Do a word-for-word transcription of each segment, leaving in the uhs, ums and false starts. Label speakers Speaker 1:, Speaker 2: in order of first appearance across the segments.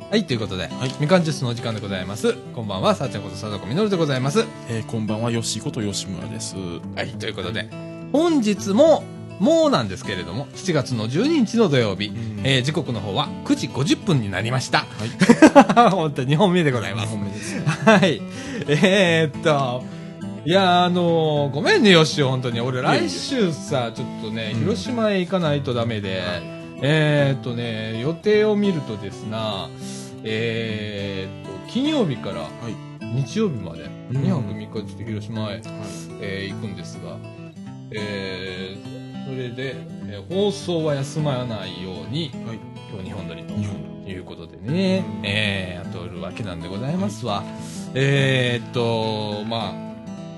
Speaker 1: はい、ということで、はい、みかんジュースのお時間でございます。こんばんは、さあちゃんことさとこみのるでございます。
Speaker 2: えー、こんばんは、よしこと吉村です。
Speaker 1: はい、ということで、本日も、もうなんですけれども、しちがつのじゅうににちの土曜日、うん、えー、時刻の方はくじごじゅっぷんになりました。はい。本当ににほんめでございます。にほんめですね。はい。えー、っと、いや、あのー、ごめんね、よし、本当に。俺、来週さ、ちょっとね、広島へ行かないとダメで、うん、えー、っとね、予定を見るとですな、えー、っと、金曜日から日曜日まで、にはくみっかで広島へ、はい、えー、行くんですが、えー、それで、えー、放送は休まないように、はい、今日にほん撮りということでね、うん、えー、やっておるわけなんでございますわ。はい、えー、っと、まあ、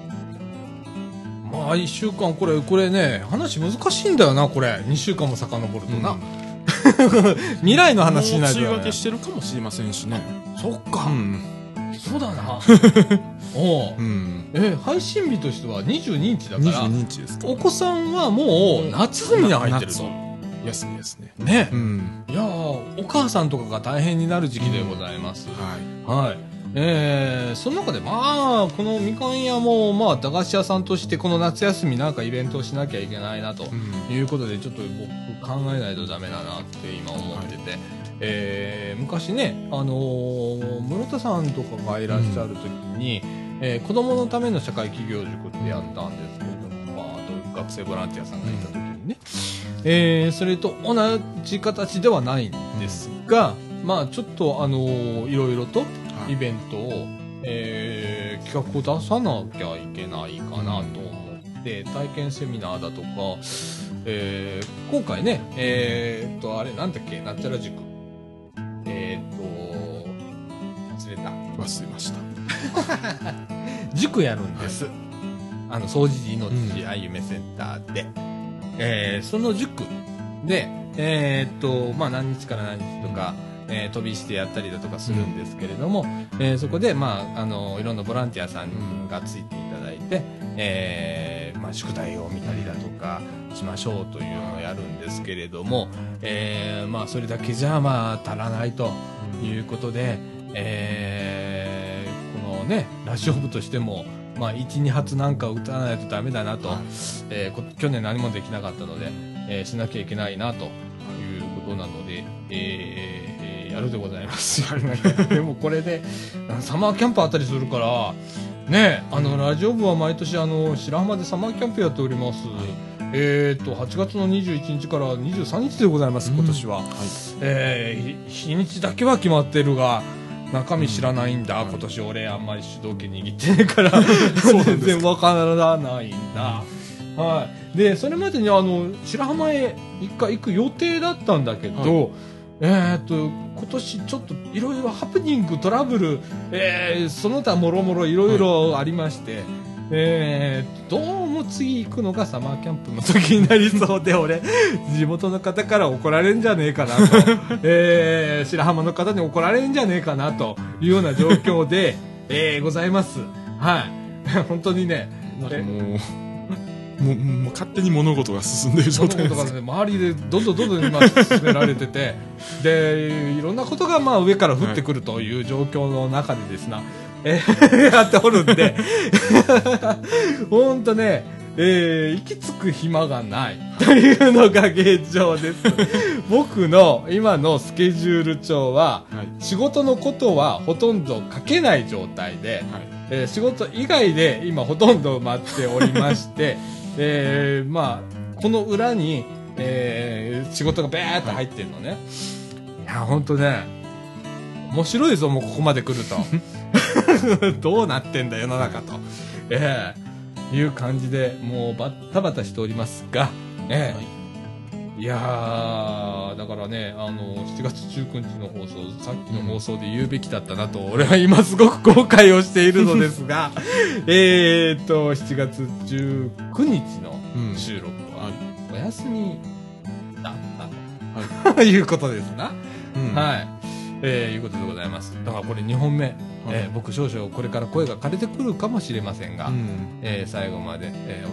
Speaker 1: まあ、一週間、これ、これね、話難しいんだよな、これ。二週間も遡るとな。うん未来の話になる
Speaker 2: からね。もう梅雨明けしてるかもしれませんしね。
Speaker 1: そっか。うん、そうだな。おう、うん、え配信日としてはにじゅうににちだから。にじゅうににちですか。お子さんはもう夏休みに入ってると。
Speaker 2: 休みですね。
Speaker 1: ね。うん、いやお母さんとかが大変になる時期でございます。うん、はい。はい。えー、その中でまあこのみかん屋もまあ駄菓子屋さんとしてこの夏休みなんかイベントをしなきゃいけないなということで、ちょっと僕考えないとダメだなって今思ってて、はい、えー、昔ねあのー、室田さんとかがいらっしゃる時に、うん、えー、子供のための社会企業塾ってやったんですけれども、まあ、あと学生ボランティアさんがいた時にね、うん、えー、それと同じ形ではないんですが、うん、まあちょっとあのー、いろいろとイベントを、えー、企画を出さなきゃいけないかなと思って、体験セミナーだとか、えー、今回ね、えー、っと、あれなんだっけ、なんちゃら塾。えー、っと、忘れた。
Speaker 2: 忘れました。
Speaker 1: 塾やるんです。はい、あの、掃除時命あゆめセンターで。えー、その塾で、えー、っと、まあ、何日から何日とか、えー、飛びしてやったりだとかするんですけれども、うん、えー、そこで、まあ、あのいろんなボランティアさんがついていただいて、えーまあ、宿題を見たりだとかしましょうというのをやるんですけれども、えーまあ、それだけじゃ、まあ、足らないということで、えー、このねラジオ部としても、まあ、いち、に発なんか打たないとダメだなと、はい、えー、去年何もできなかったので、えー、しなきゃいけないなということなので、えーやるでございますよでもこれでサマーキャンプあったりするからね、あのラジオ部は毎年あの白浜でサマーキャンプやっております、はい、えーとはちがつのにじゅういちにちからにじゅうさんにちでございます、今年は、うん、はい、えー、日にちだけは決まってるが中身知らないんだ、うん、今年俺あんまり主導権握ってねえから全然わからないんだ、はい、でそれまでにあの白浜へ一回行く予定だったんだけど、はい、えー、っと今年ちょっといろいろハプニングトラブル、えー、その他もろもろいろいろありまして、はい、えー、どうも次行くのがサマーキャンプの時になりそうで俺地元の方から怒られるんじゃねえかなと、えー、白浜の方に怒られるんじゃねえかなというような状況で、えー、ございます。はい本当にね
Speaker 2: なんかもうもうもう勝手に物事が進んでいる状態です。物事が、
Speaker 1: ね、周りでどんどんどんどん今進められててでいろんなことがまあ上から降ってくるという状況の中でですね、はい、えー、やっておるんでほんとね、えー、行き着く暇がないというのが現状です僕の今のスケジュール帳は、はい、仕事のことはほとんど書けない状態で、はい、えー、仕事以外で今ほとんど待っておりましてえー、まあこの裏に、えー、仕事がベーッと入ってるのね、はい、いやほんとね面白いぞもうここまで来るとどうなってんだ世の中と、えー、いう感じでもうバッタバタしておりますが、えーはい、いやーだからねあのしちがつじゅうくにちの放送さっきの放送で言うべきだったなと、うん、俺は今すごく後悔をしているのですがえーとしちがつじゅうくにちの収録はお休みだったと、はい、いうことですな、うん、はい、えー、いうことでございます。だからこれにほんめ、はい、えー、僕少々これから声が枯れてくるかもしれませんが、うん、えー、最後まで、えー、お聞きい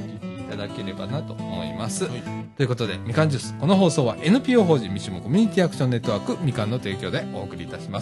Speaker 1: ただければなと思います。
Speaker 2: はい、
Speaker 1: ということで、みかんジュース。この放送は エヌピーオー 法人三島コミュニティアクションネットワークみかんの提供でお送りいたします。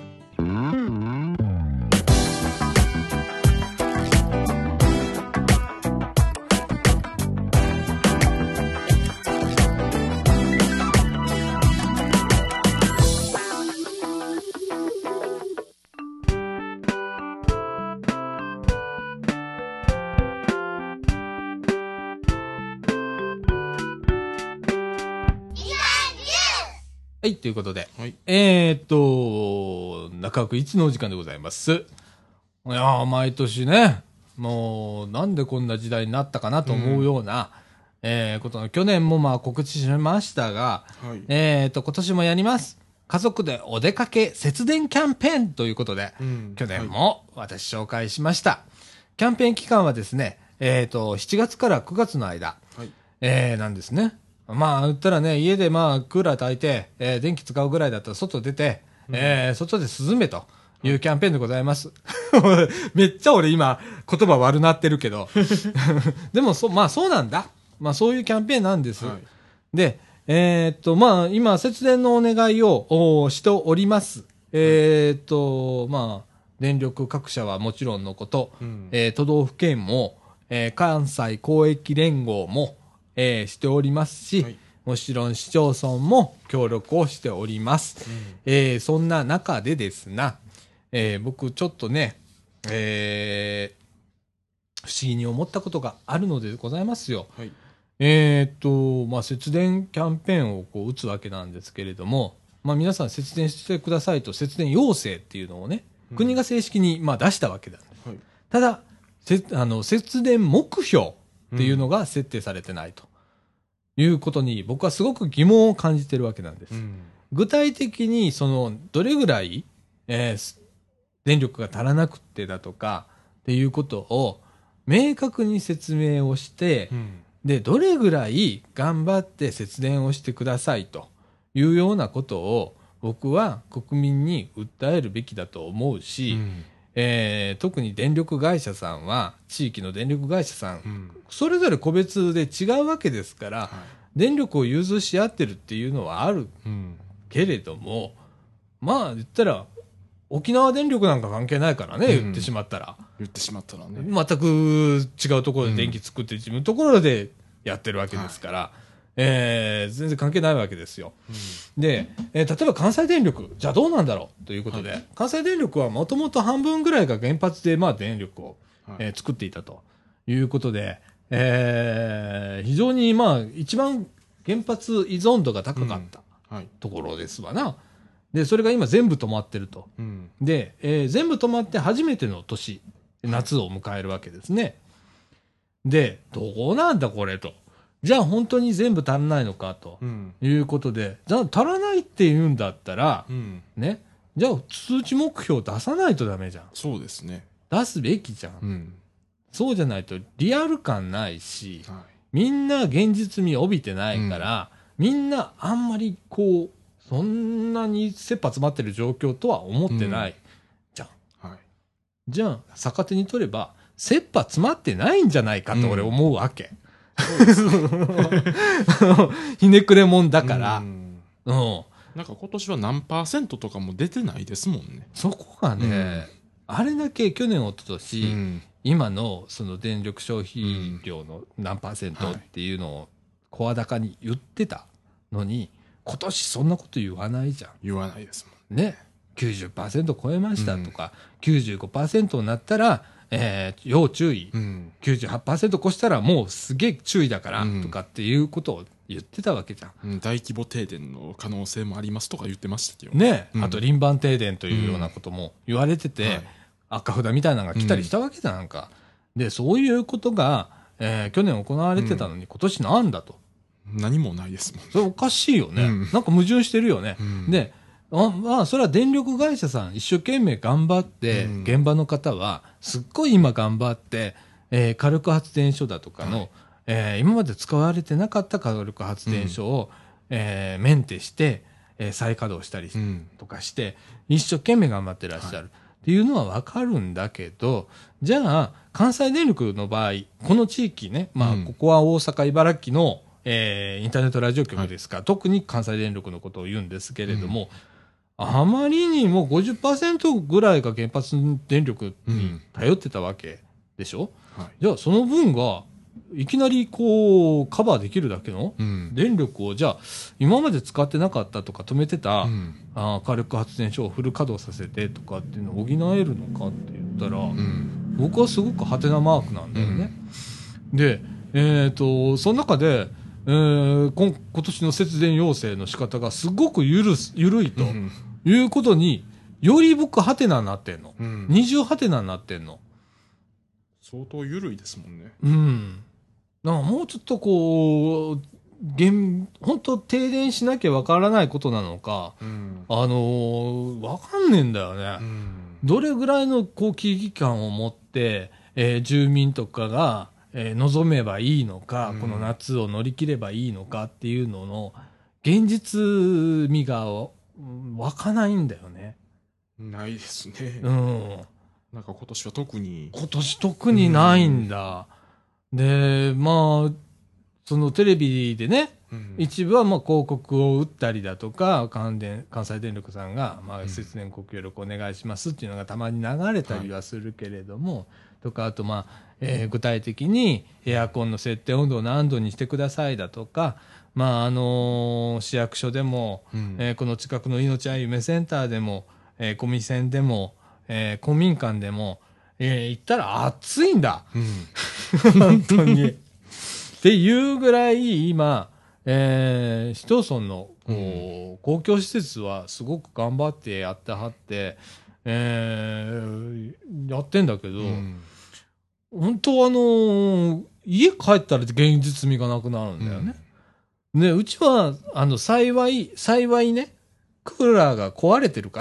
Speaker 1: はい、ということで、
Speaker 2: はい、
Speaker 1: えーっと、中枠いちのお時間でございます。いやー、毎年ね、もう、なんでこんな時代になったかなと思うような、うん、えー、ことの、去年もまあ告知しましたが、
Speaker 2: はい、
Speaker 1: えーっと、今年もやります。家族でお出かけ節電キャンペーンということで、うん、去年も私紹介しました。はい、キャンペーン期間はですね、えーっと、しちがつからくがつの間、はい、えー、なんですね。まあ、言ったらね、家でまあ、クーラー焚いて、えー、電気使うぐらいだったら外出て、うん、えー、外で涼めというキャンペーンでございます。めっちゃ俺今、言葉悪なってるけど。でも、そ、まあそうなんだ。まあそういうキャンペーンなんです。はい、で、えー、っと、まあ今、節電のお願いをしております。えー、っと、まあ、電力各社はもちろんのこと、うん、えー、都道府県も、えー、関西広域連合も、えー、しておりますし、はい、もちろん市町村も協力をしております。うん、えー、そんな中でですな、えー、僕ちょっとね、えー、不思議に思ったことがあるのでございますよ。はい、えー、っと、まあ、節電キャンペーンをこう打つわけなんですけれども、まあ、皆さん節電してくださいと節電要請っていうのをね、うん、国が正式にまあ出したわけなんです。はい、ただ、せあの節電目標っていうのが設定されてないということに僕はすごく疑問を感じてるわけなんです。うん、具体的にそのどれぐらい、えー、電力が足らなくてだとかっていうことを明確に説明をして、うん、でどれぐらい頑張って節電をしてくださいというようなことを僕は国民に訴えるべきだと思うし、うんえー、特に電力会社さんは地域の電力会社さん、うん、それぞれ個別で違うわけですから、はい、電力を融通し合ってるっていうのはある、うん、けれどもまあ言ったら沖縄電力なんか関係ないからね、うん、言ってしまったら
Speaker 2: 言ってしまったらね
Speaker 1: 全く違うところで電気作って自分のところでやってるわけですから、はいえー、全然関係ないわけですよ。うん、で、えー、例えば関西電力、じゃあどうなんだろうということで、はい、関西電力はもともと半分ぐらいが原発でまあ電力を、はいえー、作っていたということで、えー、非常にまあ一番原発依存度が高かった、うんはい、ところですわな。で、それが今全部止まってると。うん、で、えー、全部止まって初めての年、夏を迎えるわけですね。で、どうなんだこれと。じゃあ本当に全部足らないのかということで、うん、じゃあ足らないって言うんだったら、うん、ね、じゃあ数値目標出さないとダメじゃん。
Speaker 2: そうですね。
Speaker 1: 出すべきじゃん。うん、そうじゃないとリアル感ないし、はい、みんな現実味帯びてないから、うん、みんなあんまりこう、そんなに切羽詰まってる状況とは思ってない、うん、じゃん。はい、じゃあ逆手に取れば、切羽詰まってないんじゃないかと俺思うわけ。うんひねくれもんだから、うん、うん、
Speaker 2: なんか今年は何パーセントとかも出てないですもんね。
Speaker 1: そこがね、うん、あれだけ去年一昨年、うん、今のその電力消費量の何パーセントっていうのを声高に言ってたのに、今年そんなこと言わないじゃん。
Speaker 2: 言わないですも
Speaker 1: んね。きゅうじゅっパーセント 超えましたとか、うん、きゅうじゅうごパーセント になったらえー、要注意、うん、きゅうじゅうはちパーセント 越したらもうすげえ注意だから、うん、とかっていうことを言ってたわけじゃん、
Speaker 2: うん、大規模停電の可能性もありますとか言ってましたけど
Speaker 1: ね、うん、あと輪番停電というようなことも言われてて、うんはい、赤札みたいなのが来たりしたわけじゃん、なんかでそういうことが、えー、去年行われてたのに、今年なんだと
Speaker 2: 何もないですもんね。
Speaker 1: それおかしいよね、なんか矛盾してるよね、であまあ、それは電力会社さん一生懸命頑張って、うん、現場の方はすっごい今頑張って、えー、火力発電所だとかの、はいえー、今まで使われてなかった火力発電所を、うんえー、メンテして、えー、再稼働したりとかして、うん、一生懸命頑張ってらっしゃる、はっていうのはわかるんだけど、じゃあ、関西電力の場合、この地域ね、まあ、ここは大阪、茨城の、えー、インターネットラジオ局ですから、はい、特に関西電力のことを言うんですけれども、うん、あまりにも ごじゅっパーセント ぐらいが原発電力に頼ってたわけでしょ、うんはい、じゃあ、その分が、いきなりこうカバーできるだけの電力をじゃあ今まで使ってなかったとか止めてた、うん、あ火力発電所をフル稼働させてとかっていうのを補えるのかって言ったら、うん、僕はすごくハテナマークなんだよね。うん、で、えーと、その中で、えー、今, 今年の節電要請の仕方がすごくゆる緩いということにより僕ハテナになってんの、うん、二重ハテナになってんの。
Speaker 2: 相当緩いですもんね。
Speaker 1: うん。なんかもうちょっとこう、現、本当停電しなきゃわからないことなのか、うん、あのー、わかんねえんだよね。うん、どれぐらいのこう危機感を持って、えー、住民とかが、えー、望めばいいのか、うん、この夏を乗り切ればいいのかっていうのの、現実味がわかないんだよね。
Speaker 2: ないですね。
Speaker 1: うん。
Speaker 2: なんか今年は特に。
Speaker 1: 今年特にないんだ。うん、で、まあ、そのテレビでね、うん、一部はまあ広告を打ったりだとか、関電、関西電力さんが、まあ、節電ご協力お願いしますっていうのがたまに流れたりはするけれども、はい、とか、あとまあ、えー、具体的にエアコンの設定温度を何度にしてくださいだとか、まあ、あのー、市役所でも、うん、えー、この近くのいのちあゆめセンターでも、えー、コミセンでも、えー、公民館でも、えー、行ったら暑いんだ。うん、本当に。っていうぐらい今、えー、市町村のこう、うん、公共施設はすごく頑張ってやってはって、えー、やってんだけど、うん、本当あのー、家帰ったら現実味がなくなるんだよね。うん、ね、うちは、あの、幸い、幸いね、クーラーが壊れてるから。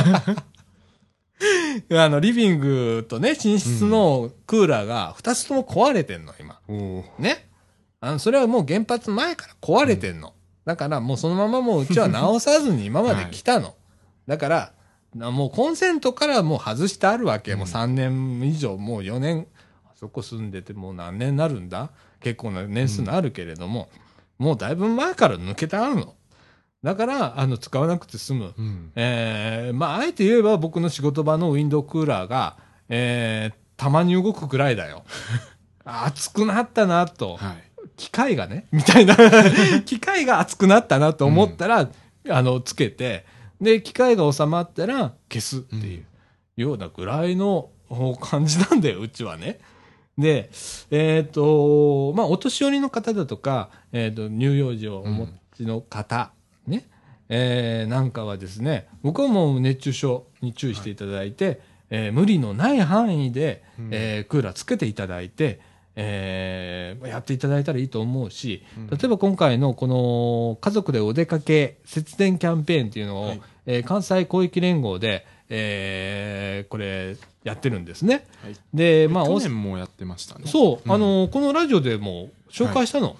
Speaker 1: あの、リビングとね、寝室のクーラーが二つとも壊れてんの、今。うん、ね。あの、それはもう原発前から壊れてんの。うん、だからもうそのままもううちは直さずに今まで来たの。はい、だから、もうコンセントからもう外してあるわけ。うん、もうさんねん以上、もうよねん、あそこ住んでてもう何年になるんだ？結構な年数になるけれども、うん、もうだいぶ前から抜けてあるの。だから、あの、使わなくて済む。うん、えー、まあ、あえて言えば僕の仕事場のウィンドウクーラーが、えー、たまに動くくらいだよ。熱くなったなと。はい、機械がね、みたいな。機械が熱くなったなと思ったら、うん、あの、つけて、で、機械が収まったら消すっていう、ようなぐらいの感じなんだよ、うちはね。で、えっ、ー、と、まあ、お年寄りの方だとか、えっ、ー、と、乳幼児をお持ちの方、うん、ね、えー、なんかはですね、僕はもう熱中症に注意していただいて、はい、えー、無理のない範囲で、うん、えー、クーラーつけていただいて、えー、やっていただいたらいいと思うし、うん、例えば今回のこの家族でお出かけ節電キャンペーンっていうのを、はい、えー、関西広域連合で、えー、これやってるんですね。
Speaker 2: はい、で、まあ、去年もやってましたね。
Speaker 1: そう、うん、あの、このラジオでも紹介したの。はい、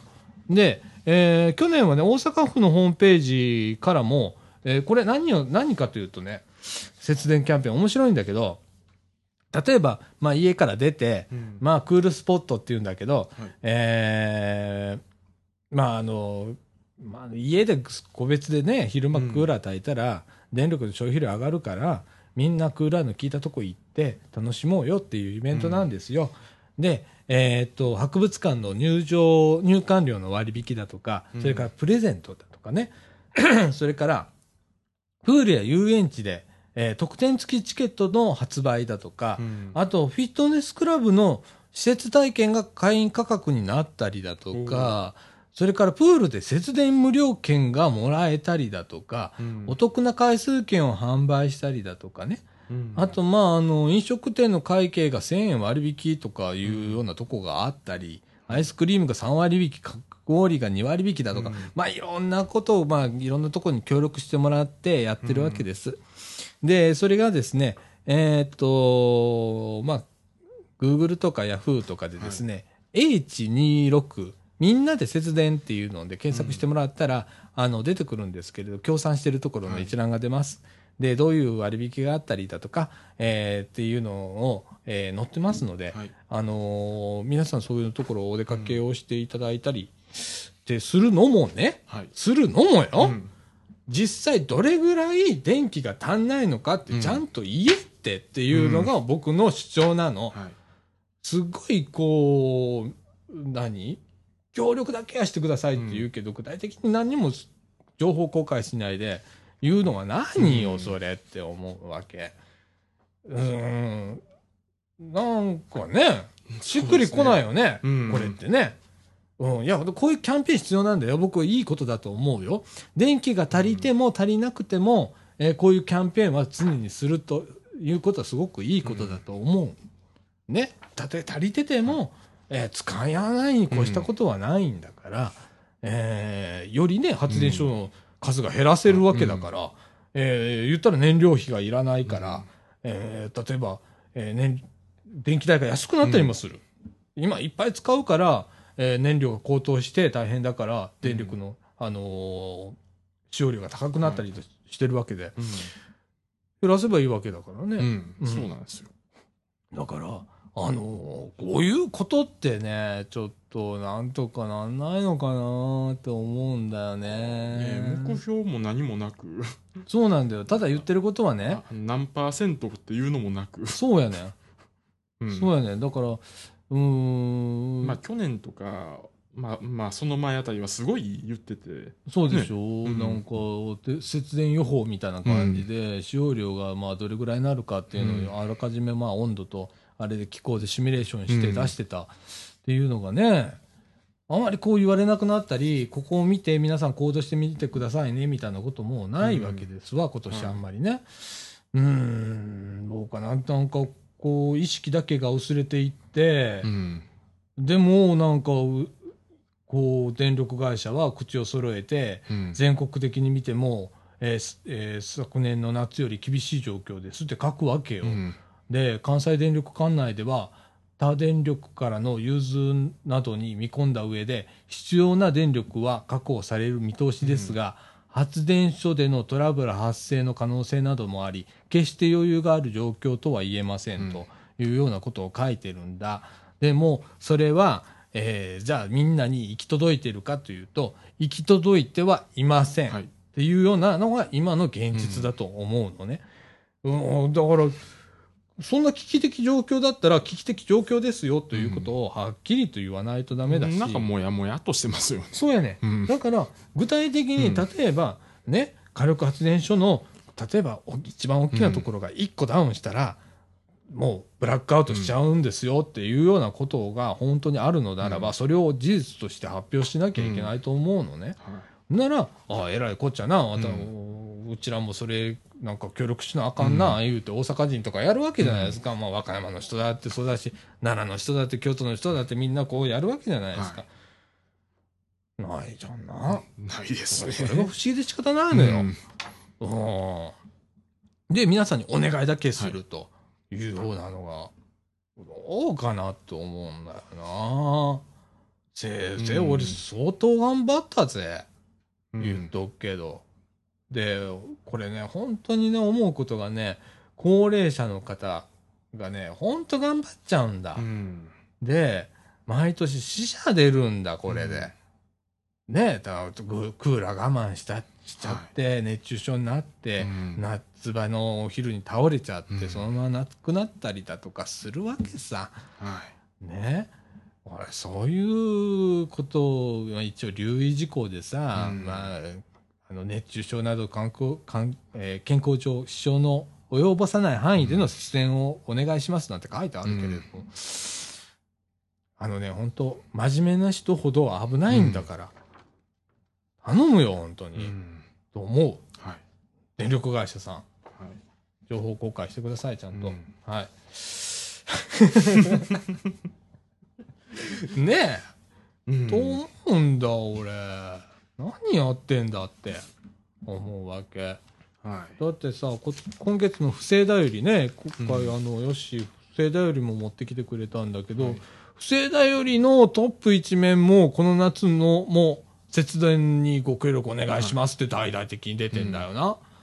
Speaker 1: で、えー、去年はね、大阪府のホームページからも、えー、これ何を、何かというとね、節電キャンペーン面白いんだけど、例えば、まあ、家から出て、うん、まあ、クールスポットっていうんだけど、はい、えー、まあ、あの、まあ、家で個別でね、昼間クーラー焚いたら、うん、電力の消費量上がるから、みんなクーラーの効いたとこ行って楽しもうよっていうイベントなんですよ。うん、で、えー、っと、博物館の入場、入館料の割引だとか、それからプレゼントだとかね、うん、それから、プールや遊園地で、えー、特典付きチケットの発売だとか、うん、あと、フィットネスクラブの施設体験が会員価格になったりだとか、それからプールで節電無料券がもらえたりだとか、うん、お得な回数券を販売したりだとかね。うん、あと、まあ、あの、飲食店の会計がせんえん割引とかいうようなとこがあったり、アイスクリームがさん割引き、かき氷がに割引きだとか、うん、まあ、いろんなことを、まあ、いろんなところに協力してもらってやってるわけです。うんで、それがですね、えー、っと、まあ、Google とか Yahoo とかでですね、はい、エイチにじゅうろく、みんなで節電っていうので検索してもらったら、うん、あの、出てくるんですけれど、協賛してるところの一覧が出ます。はで、どういう割引があったりだとか、えー、っていうのを、えー、載ってますので、
Speaker 2: はい、
Speaker 1: あのー、皆さんそういうところをお出かけをしていただいたりってするのもね、
Speaker 2: はい、
Speaker 1: するのもよ、
Speaker 2: うん、
Speaker 1: 実際どれぐらい電気が足んないのかってちゃんと言えってっていうのが僕の主張なの。
Speaker 2: はい、
Speaker 1: すごいこう、何協力だけはしてくださいって言うけど、うん、具体的に何にも情報公開しないで言うのは何よ、それって思うわけ。うーん。なんかね、しっくりこないよね、ねこれってね。うん。いや、こういうキャンペーン必要なんだよ。僕はいいことだと思うよ。電気が足りても足りなくても、えー、こういうキャンペーンは常にするということはすごくいいことだと思う。うん、ね。たとえ足りてても、えー、使わないに越したことはないんだから、うん、えー、よりね、発電所の数が減らせるわけだから、うん、えー、言ったら燃料費がいらないから、うん、えー、例えば、えーね、電気代が安くなったりもする。うん、今いっぱい使うから、えー、燃料が高騰して大変だから、電力の、うん、あのー、使用量が高くなったりしてるわけで、うん、減らせばいいわけだからね。
Speaker 2: うんうん、そうなんですよ。
Speaker 1: だから、あのー、こういうことってね、ちょっとなんとかなんないのかなって思うんだよね。
Speaker 2: ね、目標も何もなく。
Speaker 1: そうなんだよ。ただ言ってることはね。
Speaker 2: 何パーセントっていうのもなく。
Speaker 1: そうやね。うん、そうやね。だから、うーん。
Speaker 2: まあ去年とか、まあまあその前あたりはすごい言ってて。
Speaker 1: そうでしょ、ね、うん、なんか節電予報みたいな感じで、うん、使用量がまあどれぐらいになるかっていうのをあらかじめまあ温度とあれで気候でシミュレーションして出してたっていうのがね、あまりこう言われなくなったり、ここを見て皆さん行動してみてくださいねみたいなこともないわけですわ、うん、今年あんまりね。うーん、どうかな、なんかこう意識だけが薄れていって、うん、でもなんかこう電力会社は口を揃えて、うん、全国的に見ても、えーえー、昨年の夏より厳しい状況ですって書くわけよ。うん、で関西電力管内では他電力からの融通などに見込んだ上で必要な電力は確保される見通しですが、うん、発電所でのトラブル発生の可能性などもあり決して余裕がある状況とは言えません、うん、というようなことを書いてるんだ。でもそれはえー、じゃあみんなに行き届いているかというと行き届いてはいません、はい、っていうようなのが今の現実だと思うのね、うんうん、だからそんな危機的状況だったら危機的状況ですよということをはっきりと言わないとダメだし、
Speaker 2: うん、なんかもやもやとしてますよね。
Speaker 1: そうやね、うん、だから具体的に例えば、うん、ね火力発電所の例えば一番大きなところがいっこダウンしたら、うん、もうブラックアウトしちゃうんですよっていうようなことが本当にあるのならば、うん、それを事実として発表しなきゃいけないと思うのね、うんはい、ならああえらいこっちゃな、また、うん、うちらもそれなんか協力しなあかんな、うん、言うて大阪人とかやるわけじゃないですか、うんまあ、和歌山の人だってそうだし奈良の人だって京都の人だってみんなこうやるわけじゃないですか、はい、ないじゃんな。
Speaker 2: ないですね。
Speaker 1: それが不思議で仕方ないのよ、うんうん、で皆さんにお願いだけすると、はいいうようなのがどうかなと思うんだよな。せいぜい俺相当頑張ったぜ、うん、言っとくけど。でこれね本当にね思うことがね高齢者の方がね本当頑張っちゃうんだ、うん、で毎年死者出るんだこれで、うん、ねだからクーラー我慢したしちゃって、はい、熱中症になって、うん、夏場のお昼に倒れちゃって、うん、そのまま亡くなったりだとかするわけさ、はい、ね俺そういうことを一応留意事項でさ、うんまあ、あの熱中症など観光観、えー、健康上支障の及ぼさない範囲での節電をお願いしますなんて書いてあるけれども、うん、あのね本当真面目な人ほど危ないんだから、うん、頼むよ本当に、うん、と思う、はい、電力会社さん、はい、情報公開してくださいちゃんと、うん、はいねえ、うん、と思うんだ俺何やってんだって思うわけ、はい、だってさ今月の不正だよりね今回、うん、あのよし不正だよりも持ってきてくれたんだけど、はい、不正だよりのトップ一面もこの夏のもう節電にご協力お願いしますって大々的に出てんだよな、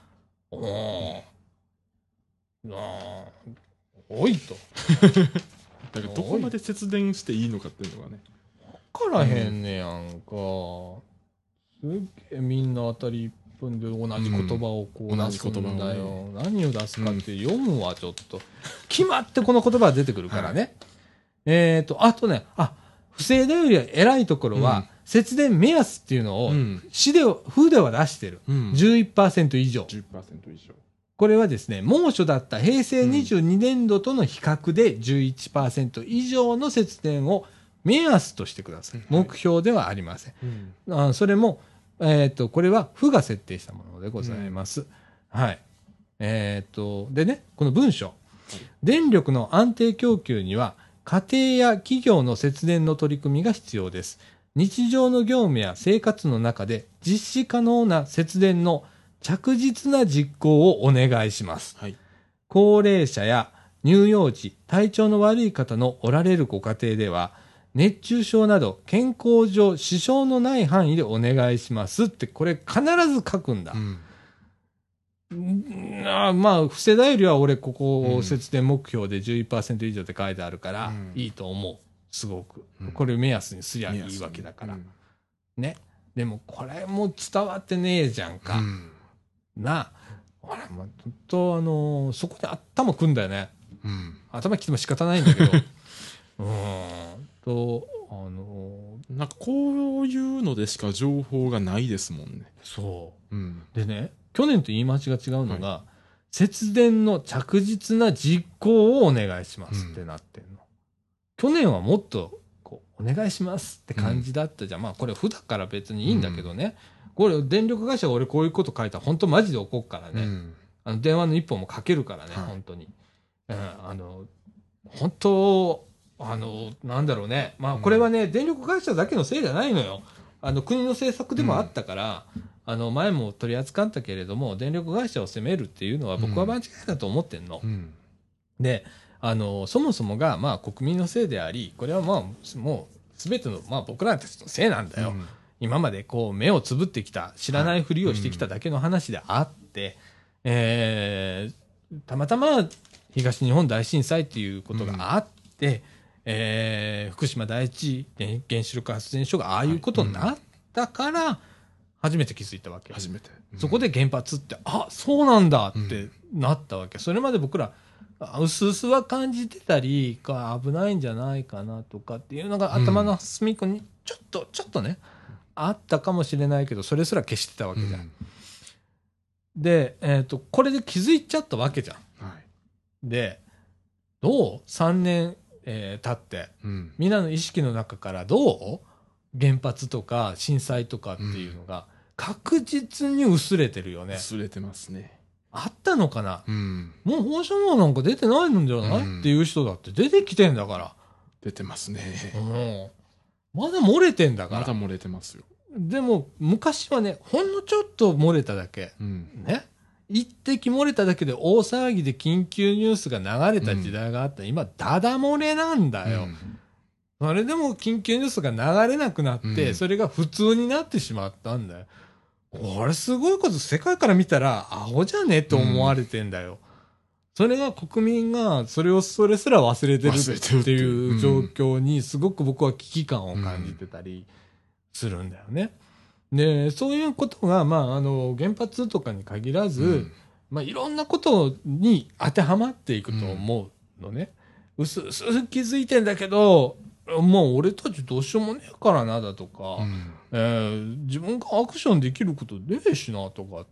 Speaker 1: おー。なあ、多いと。
Speaker 2: だからどこまで節電していいのかっていうのがね。
Speaker 1: 分からへんねやんか。すっげえみんな当たりいっぷんで同じ言葉をこう出すんだよ。
Speaker 2: うん
Speaker 1: 何を出すかって読むわ、ちょっと。決まってこの言葉が出てくるからね。はい、えっと、あとね、あ、不正だより偉いところは、うん、節電目安っていうのを、市で、風では出してる。うん、じゅういちパーセント 以上。
Speaker 2: じゅっパーセント 以上。こ
Speaker 1: れはですね、猛暑だった平成にじゅうにねんどとの比較で じゅういちパーセント 以上の節電を目安としてください。目標ではありません。うん、あそれも、えっと、これは府が設定したものでございます。うん、はい。えっと、でね、この文章、はい。電力の安定供給には、家庭や企業の節電の取り組みが必要です。日常の業務や生活の中で実施可能な節電の着実な実行をお願いします。はい、高齢者や乳幼児、体調の悪い方のおられるご家庭では、熱中症など健康上支障のない範囲でお願いしますって、これ必ず書くんだ。うん、あまあ、不世代よりは俺ここ節電目標で じゅういちパーセント 以上って書いてあるから、いいと思う。すごく。これ目安にすりゃいいわけだから。ね。でもこれも伝わってねえじゃんか。うんな、ほら、まあ、ずっと、あのー、そこで頭くんだよね。うん。頭きても仕方ないんだけど。うーん。と、あの
Speaker 2: ー、なんかこういうのでしか情報がないですもんね。
Speaker 1: そう。うん。でね、去年と言い回しが違うのが、はい、節電の着実な実行をお願いしますってなってんの。うん、去年はもっと、こう、お願いしますって感じだったじゃん。うん、まあ、これ、普段から別にいいんだけどね。うんこれ、電力会社が俺こういうこと書いたら本当マジで怒っからね。うん、あの電話の一本もかけるからね、はい、本当に。うん、あの、本当、あの、なんだろうね。まあこれはね、うん、電力会社だけのせいじゃないのよ。あの国の政策でもあったから、うん、あの前も取り扱ったけれども、電力会社を責めるっていうのは僕は間違いだと思ってんの。うん、で、あの、そもそもがまあ国民のせいであり、これはまあもう全ての、まあ僕らたちのせいなんだよ。うん今までこう目をつぶってきた、知らないふりをしてきただけの話であって、はいうん、えー、たまたま東日本大震災っていうことがあって、うんえー、福島第一原子力発電所がああいうことになったから、初めて気づいたわけ。
Speaker 2: 初めて。
Speaker 1: うん、そこで原発って、あ、そうなんだってなったわけ。それまで僕ら、うすうすは感じてたり、危ないんじゃないかなとかっていうのが頭の隅っこにちょっと、ちょっとね、あったかもしれないけど、それすら消してたわけじゃん。うん、で、えっと、これで気づいちゃったわけじゃん。はい、で、どう ?さん 年、えー、経って、うん、みんなの意識の中からどう原発とか震災とかっていうのが確実に薄れてるよね。
Speaker 2: 薄れてますね。
Speaker 1: あったのかな、うん、もう放射能なんか出てないんじゃない、うん、っていう人だって出てきてんだから。
Speaker 2: 出てますね。
Speaker 1: うんまだ漏れてんだから。
Speaker 2: まだ漏れてますよ。
Speaker 1: でも、昔はね、ほんのちょっと漏れただけ。うん、ね。一滴漏れただけで大騒ぎで緊急ニュースが流れた時代があった。うん、今、ダダ漏れなんだよ。うん、それでも緊急ニュースが流れなくなって、うん、それが普通になってしまったんだよ。これすごいこと、世界から見たら、アホじゃねって思われてんだよ。うんそれが国民がそれをそれすら忘れてるっていう状況にすごく僕は危機感を感じてたりするんだよね。で、そういうことが、まあ、あの、原発とかに限らず、うん、まあ、いろんなことに当てはまっていくと思うのね。うすうす気づいてんだけど、もう俺たちどうしようもねえからなだとか、うんえー、自分がアクションできることねえしなとかって。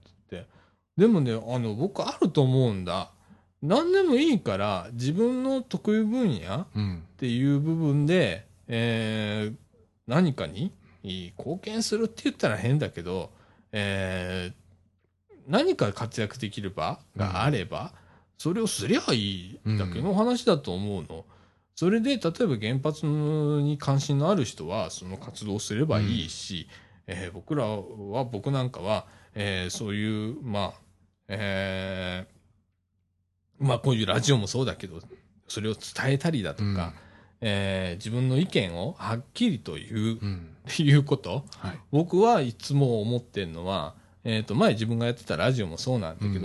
Speaker 1: でもね、あの、僕あると思うんだ。何でもいいから自分の得意分野っていう部分で、うんえー、何かに貢献するって言ったら変だけど、えー、何か活躍できる場があれば、うん、それをすりゃいいだけの話だと思うの。うん、それで例えば原発に関心のある人はその活動をすればいいし、うんえー、僕らは僕なんかは、えー、そういうまあ、えーまあこういうラジオもそうだけど、それを伝えたりだとか、うんえー、自分の意見をはっきりと言う、うん、っていうこと、はい、僕はいつも思ってるのは、えっと、前自分がやってたラジオもそうなんだけど、うん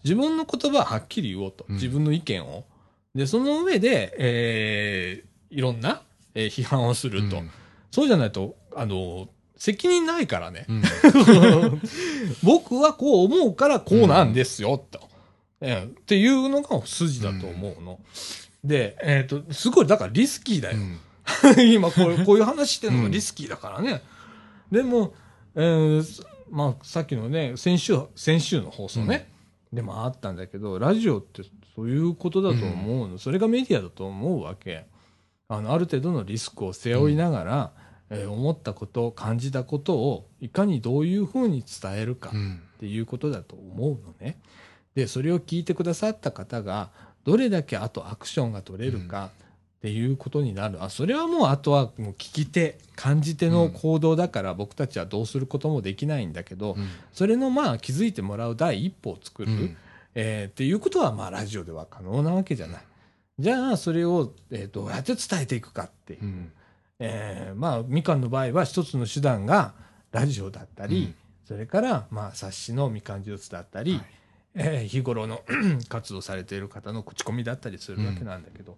Speaker 1: 自分の言葉ははっきり言おうと。
Speaker 2: うん
Speaker 1: 自分の意見を。で、その上で、えー、いろんな、えー批判をすると。
Speaker 2: うん
Speaker 1: そうじゃないと、あの、責任ないからね。
Speaker 2: うん
Speaker 1: 僕はこう思うからこうなんですよ、と。えーっていうのが筋だと思うの。で、えっ、と、すごい、だからリスキーだよ。
Speaker 2: うん
Speaker 1: 今こういう、こういう話してるのがリスキーだからね。でも、えーまあ、さっきのね、先週、先週の放送ね、でもあったんだけど、ラジオってそういうことだと思うの。それがメディアだと思うわけ。あの、ある程度のリスクを背負いながら、えー思ったこと、感じたことを、いかにどういうふうに伝えるか
Speaker 2: うん
Speaker 1: っていうことだと思うのね。で、それを聞いてくださった方が、どれだけあとアクションが取れるかっていうことになる。あ、それはもうあとはもう聞き手、感じ手の行動だから僕たちはどうすることもできないんだけど、
Speaker 2: うん
Speaker 1: それのまあ気づいてもらう第一歩を作る、
Speaker 2: うん
Speaker 1: えーっていうことはまあラジオでは可能なわけじゃない。じゃあそれを、えーどうやって伝えていくかっていう。
Speaker 2: うん
Speaker 1: えーまあみかんの場合は一つの手段がラジオだったり、
Speaker 2: うん
Speaker 1: それからまあ冊子のみかんジュースだったり、
Speaker 2: はい
Speaker 1: えー日頃の活動されている方の口コミだったりするわけなんだけど、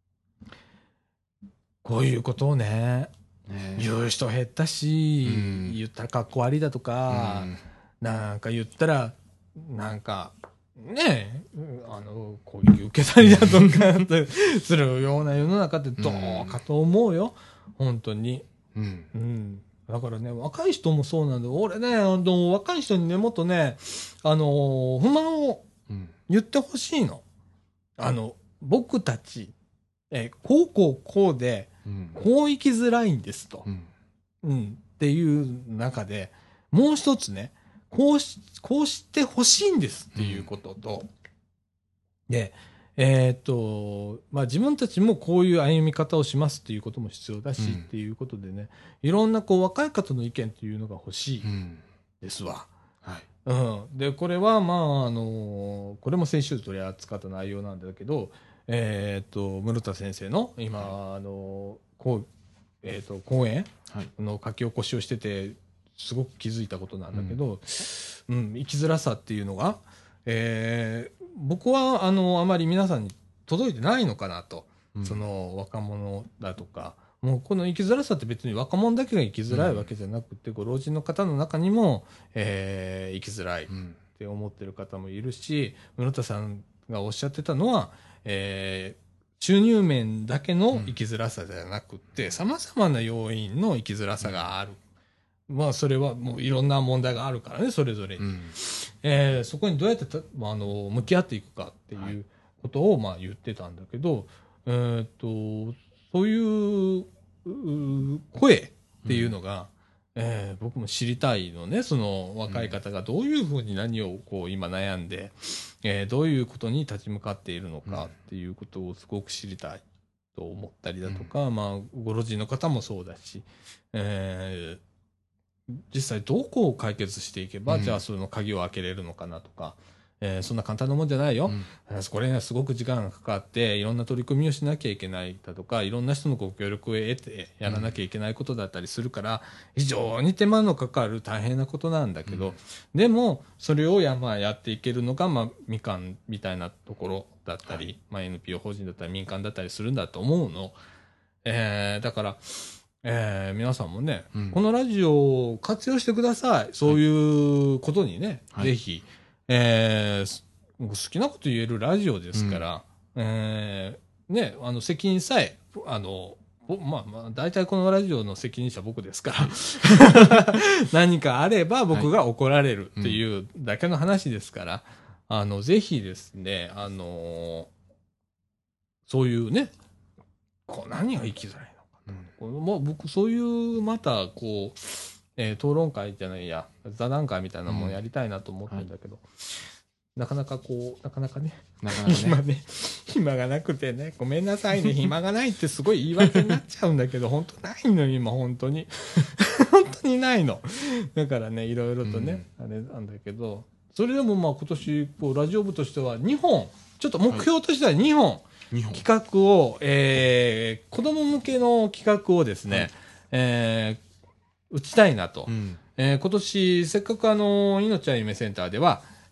Speaker 1: こういうことをね
Speaker 2: ね
Speaker 1: 言う人減ったし、
Speaker 2: うん
Speaker 1: 言ったらかっこ悪いだとか、
Speaker 2: うん
Speaker 1: なんか言ったらなんかねえうんあの攻撃受けたりだとかってするような世の中ってどうかと思うよ、本当に。
Speaker 2: うん
Speaker 1: うん、だからね、若い人もそうなんだよ。俺ね、あの若い人にね、もっとね、あの不満を
Speaker 2: うん
Speaker 1: 言ってほしいの。あの、僕たち、え、こうこうこうで、
Speaker 2: うん
Speaker 1: こう生きづらいんですと。
Speaker 2: うん
Speaker 1: うん。っていう中で、もう一つね、こうし、こうしてほしいんですっていうことと、で、えーっと、まあ自分たちもこういう歩み方をしますっていうことも必要だし、
Speaker 2: うん
Speaker 1: っていうことでね、いろんなこう若い方の意見っていうのが欲しい
Speaker 2: うん
Speaker 1: ですわ。
Speaker 2: はい
Speaker 1: うん。で、これはまあ、あの、これも先週取り扱った内容なんだけど、えーっと、室田先生の今、あの、こう、えーっと、講演
Speaker 2: はい
Speaker 1: の書き起こしをしてて、すごく気づいたことなんだけど、うん、生きづらさっていうのが、えー僕は、あの、あまり皆さんに届いてないのかなと。
Speaker 2: うん
Speaker 1: その若者だとか、もうこの生きづらさって別に若者だけが生きづらいわけじゃなくて、ご老人の方の中にも、えー生きづらいっ
Speaker 2: うん
Speaker 1: て思ってる方もいるし、室田さんがおっしゃってたのは、えー収入面だけの生きづらさじゃなくて、様々な要因の生きづらさがある。まあ、それはもういろんな問題があるからね、それぞれに。
Speaker 2: うん
Speaker 1: えーそこにどうやってた、まあ、あの向き合っていくかっていうことを、まあ、言ってたんだけど、えーっとそういうう声っていうのが、えー僕も知りたいのね。その若い方がどういうふうに何をこう今悩んで、えーどういうことに立ち向かっているのかっていうことをすごく知りたいと思ったりだとか、まあご老人の方もそうだし、えー実際どこを解決していけば、
Speaker 2: うん
Speaker 1: じゃあその鍵を開けれるのかなとか、えーそんな簡単なもんじゃないよ。
Speaker 2: うん
Speaker 1: これね、すごく時間がかかって、いろんな取り組みをしなきゃいけないだとか、いろんな人のご協力を得てやらなきゃいけないことだったりするから、非常に手間のかかる大変なことなんだけど、でも、それをや,、まあ、やっていけるのが、まあ、みかんみたいなところだったり、
Speaker 2: はい
Speaker 1: まあ、エヌピーオー 法人だったり民間だったりするんだと思うの。えーだから、えー皆さんもね、
Speaker 2: うん
Speaker 1: このラジオを活用してください。そういうことにね、
Speaker 2: はい
Speaker 1: ぜひ、えー好きなこと言えるラジオですから、えーね、あの、責任さえ、あの、ぼまあまあ、大体このラジオの責任者僕ですから、何かあれば僕が怒られるっていうだけの話ですから、あの、ぜひですね、あのそういうね、こう何が生きづらいのか。
Speaker 2: うん
Speaker 1: このもう僕そういうまたこう、えー討論会じゃないや座談会みたいなのもやりたいなと思ってるんだけど、なかなかこうなかなかね
Speaker 2: なかなかね
Speaker 1: 今ね暇がなくてねごめんなさいね暇がないってすごい言い訳になっちゃうんだけど本当ないの今本当に本当にないのだからねいろいろとね、あれなんだけどそれでもまあ今年こうラジオ部としてはにほんちょっと目標としてはにほん、
Speaker 2: にほん
Speaker 1: 企画を、えー、子供向けの企画をですね、
Speaker 2: はい
Speaker 1: えー打ちたいなと、
Speaker 2: うん
Speaker 1: えー今年せっかくあのいのちゃん夢センターでは、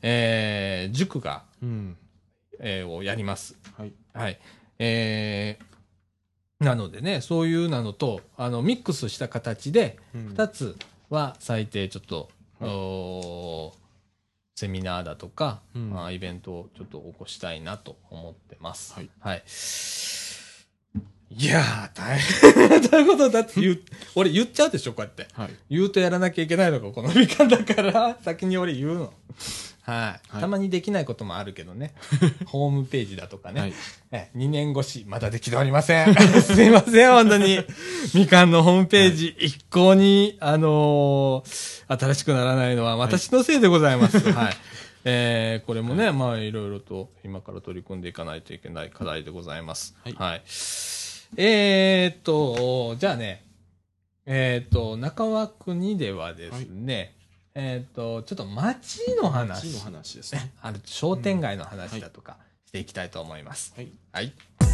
Speaker 1: えー、塾が、
Speaker 2: うん
Speaker 1: えー、をやります。
Speaker 2: はい。
Speaker 1: はい。えー、なのでね、そういうなのと、あの、ミックスした形で、
Speaker 2: うん
Speaker 1: 二つは最低ちょっと、
Speaker 2: はい
Speaker 1: おーセミナーだとか、
Speaker 2: うん
Speaker 1: まあ、イベントをちょっと起こしたいなと思ってます。
Speaker 2: はい。
Speaker 1: はい。いやー、大変ということだって言う、俺言っちゃうでしょ、こうやって。
Speaker 2: はい。
Speaker 1: 言うとやらなきゃいけないのがこのみかんだから、先に俺言うの。はい。
Speaker 2: はい
Speaker 1: たまにできないこともあるけどね。ホームページだとかね。
Speaker 2: はい。
Speaker 1: えにねん越し、まだできておりません。すいません、本当に。みかんのホームページ、一向に、あのー新しくならないのは私のせいでございます。はい。えー、これもね、まあ、いろいろと今から取り組んでいかないといけない課題でございます。
Speaker 2: はい
Speaker 1: はい。えーっと、じゃあね、えーっと、中枠にではですね、えーっと、ちょっと街の話。
Speaker 2: 街の話ですね。
Speaker 1: ある商店街の話だとかしていきたいと思います。
Speaker 2: はい。
Speaker 1: はい。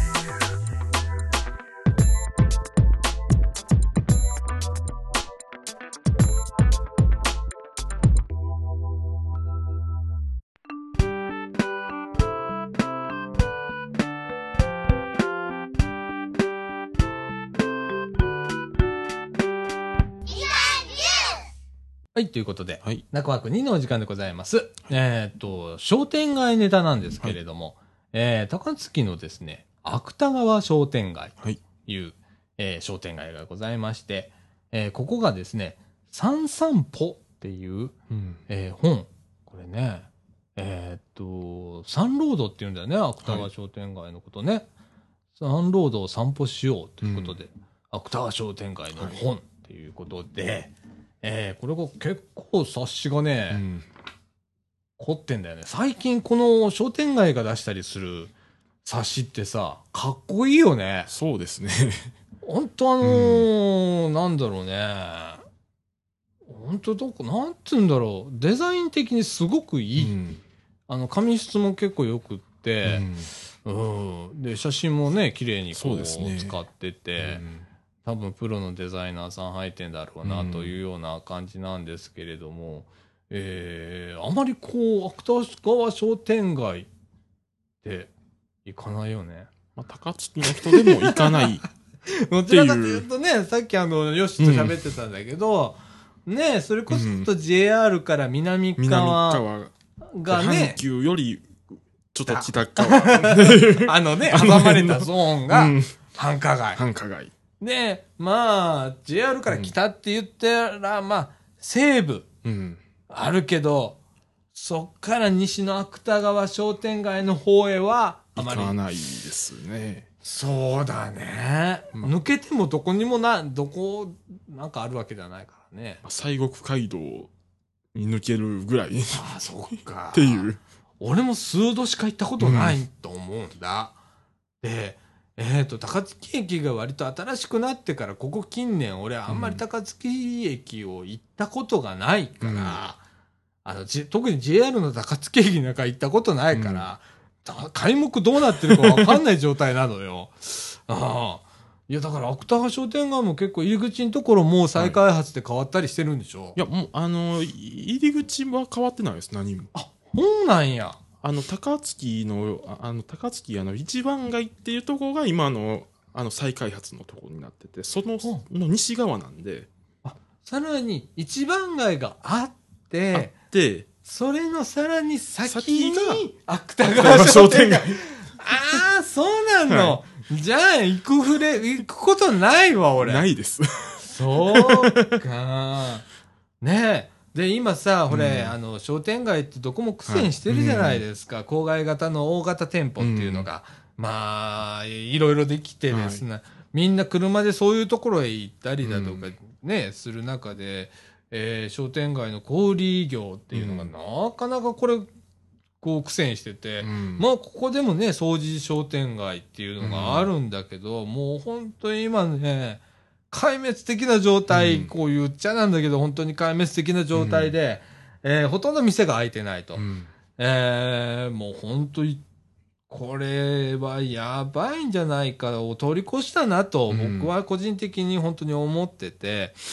Speaker 1: はい、ということで、
Speaker 2: はい。
Speaker 1: 中枠にのお時間でございます。えーっと、商店街ネタなんですけれども、えー、高槻のですね、芥川商店街
Speaker 2: はい。
Speaker 1: という、えー商店街がございまして、えーここがですね、三散歩っていう、
Speaker 2: うん。
Speaker 1: えー本。これね、えーっと、サンロードっていうんだよね、芥川商店街のことね。サンロードを散歩しようということで、芥川商店街の本っていうことで、えーこれが結構冊子がね、
Speaker 2: うん。
Speaker 1: 凝ってんだよね。最近この商店街が出したりする冊子ってさ、かっこいいよね。
Speaker 2: そうですね。
Speaker 1: ほんとあのーなんだろうね。ほんとどこ、なんつうんだろう。デザイン的にすごくいい。
Speaker 2: うん。
Speaker 1: あの、紙質も結構よくっ
Speaker 2: う
Speaker 1: て、
Speaker 2: ん
Speaker 1: うん。で、写真もね、綺麗にこう
Speaker 2: そうですね
Speaker 1: 使ってて、
Speaker 2: うん
Speaker 1: 多分プロのデザイナーさん入ってんだろうな
Speaker 2: うん
Speaker 1: というような感じなんですけれども、えー、あまりこう、芥川商店街って行かないよね。
Speaker 2: まあ、高槻の人でも行かない。
Speaker 1: どちらかというとね、さっきあの、ヨシと喋ってたんだけど、ね、それこそちょっと ジェイアール から南
Speaker 2: 南
Speaker 1: 側
Speaker 2: 側
Speaker 1: がね
Speaker 2: 阪、急よりちょっと北側。
Speaker 1: あのね、
Speaker 2: あの
Speaker 1: 挟まれたゾーンが
Speaker 2: うん
Speaker 1: 繁華街。
Speaker 2: 繁華街。
Speaker 1: で、まあ、ジェイアール から北って言ったら、まあ、西部
Speaker 2: うん。
Speaker 1: あるけど、そっから西の芥川商店街の方へは、あ
Speaker 2: 行
Speaker 1: まり。
Speaker 2: かないですね。
Speaker 1: そうだね。
Speaker 2: まあ
Speaker 1: 抜けてもどこにもな、どこ、なんかあるわけじゃないからね。
Speaker 2: 西国街道に抜けるぐらいっ
Speaker 1: ああ、そっか。
Speaker 2: ていう。
Speaker 1: 俺も数度しか行ったことないと思うんだ。で、えっ、と、高槻駅が割と新しくなってから、ここ近年、俺あんまり高槻駅を行ったことがないから、
Speaker 2: うん
Speaker 1: あの、じ特に ジェイアール の高槻駅なんか行ったことないから、た開目どうなってるかわかんない状態なのよ。ああ。いや、だから芥川商店街も結構入り口のところもう再開発で変わったりしてるんでしょ、
Speaker 2: いや、もう、あの、入り口は変わってないです、何も。
Speaker 1: あ、そうなんや。
Speaker 2: あの、高槻の、ああの、高槻、あの、一番街っていうところが今の、あの、再開発のところになってて、その、の西側なんで、
Speaker 1: さらに一番街があっ
Speaker 2: あってて、
Speaker 1: それのさらに先
Speaker 2: 先が
Speaker 1: に芥川商
Speaker 2: 商店
Speaker 1: 店街
Speaker 2: 街。
Speaker 1: ああ、そうなの、
Speaker 2: は
Speaker 1: じゃあ行くふれ、行くことないわ、俺。
Speaker 2: ないです。
Speaker 1: そうか。ねえ。で、今さ、これ、
Speaker 2: うん
Speaker 1: あの、商店街ってどこも苦戦してるじゃないですか。郊外型の大型店舗っていうのが、まあ、いろいろできてですね、みんな車でそういうところへ行ったりだとかね、する中で、えー商店街の小売業っていうのが
Speaker 2: うん
Speaker 1: なかなかこれ、こう苦戦してて、
Speaker 2: うん
Speaker 1: まあ、ここでもね、掃除商店街っていうのがあるんだけど、もう本当に今ね、壊滅的な状態、
Speaker 2: うん
Speaker 1: こう言っちゃなんだけど、本当に壊滅的な状態で、えーほとんど店が開いてないと。
Speaker 2: うん
Speaker 1: えーもう本当に、これはやばいんじゃないかを通り越したなと、
Speaker 2: うん
Speaker 1: 僕は個人的に本当に思ってて、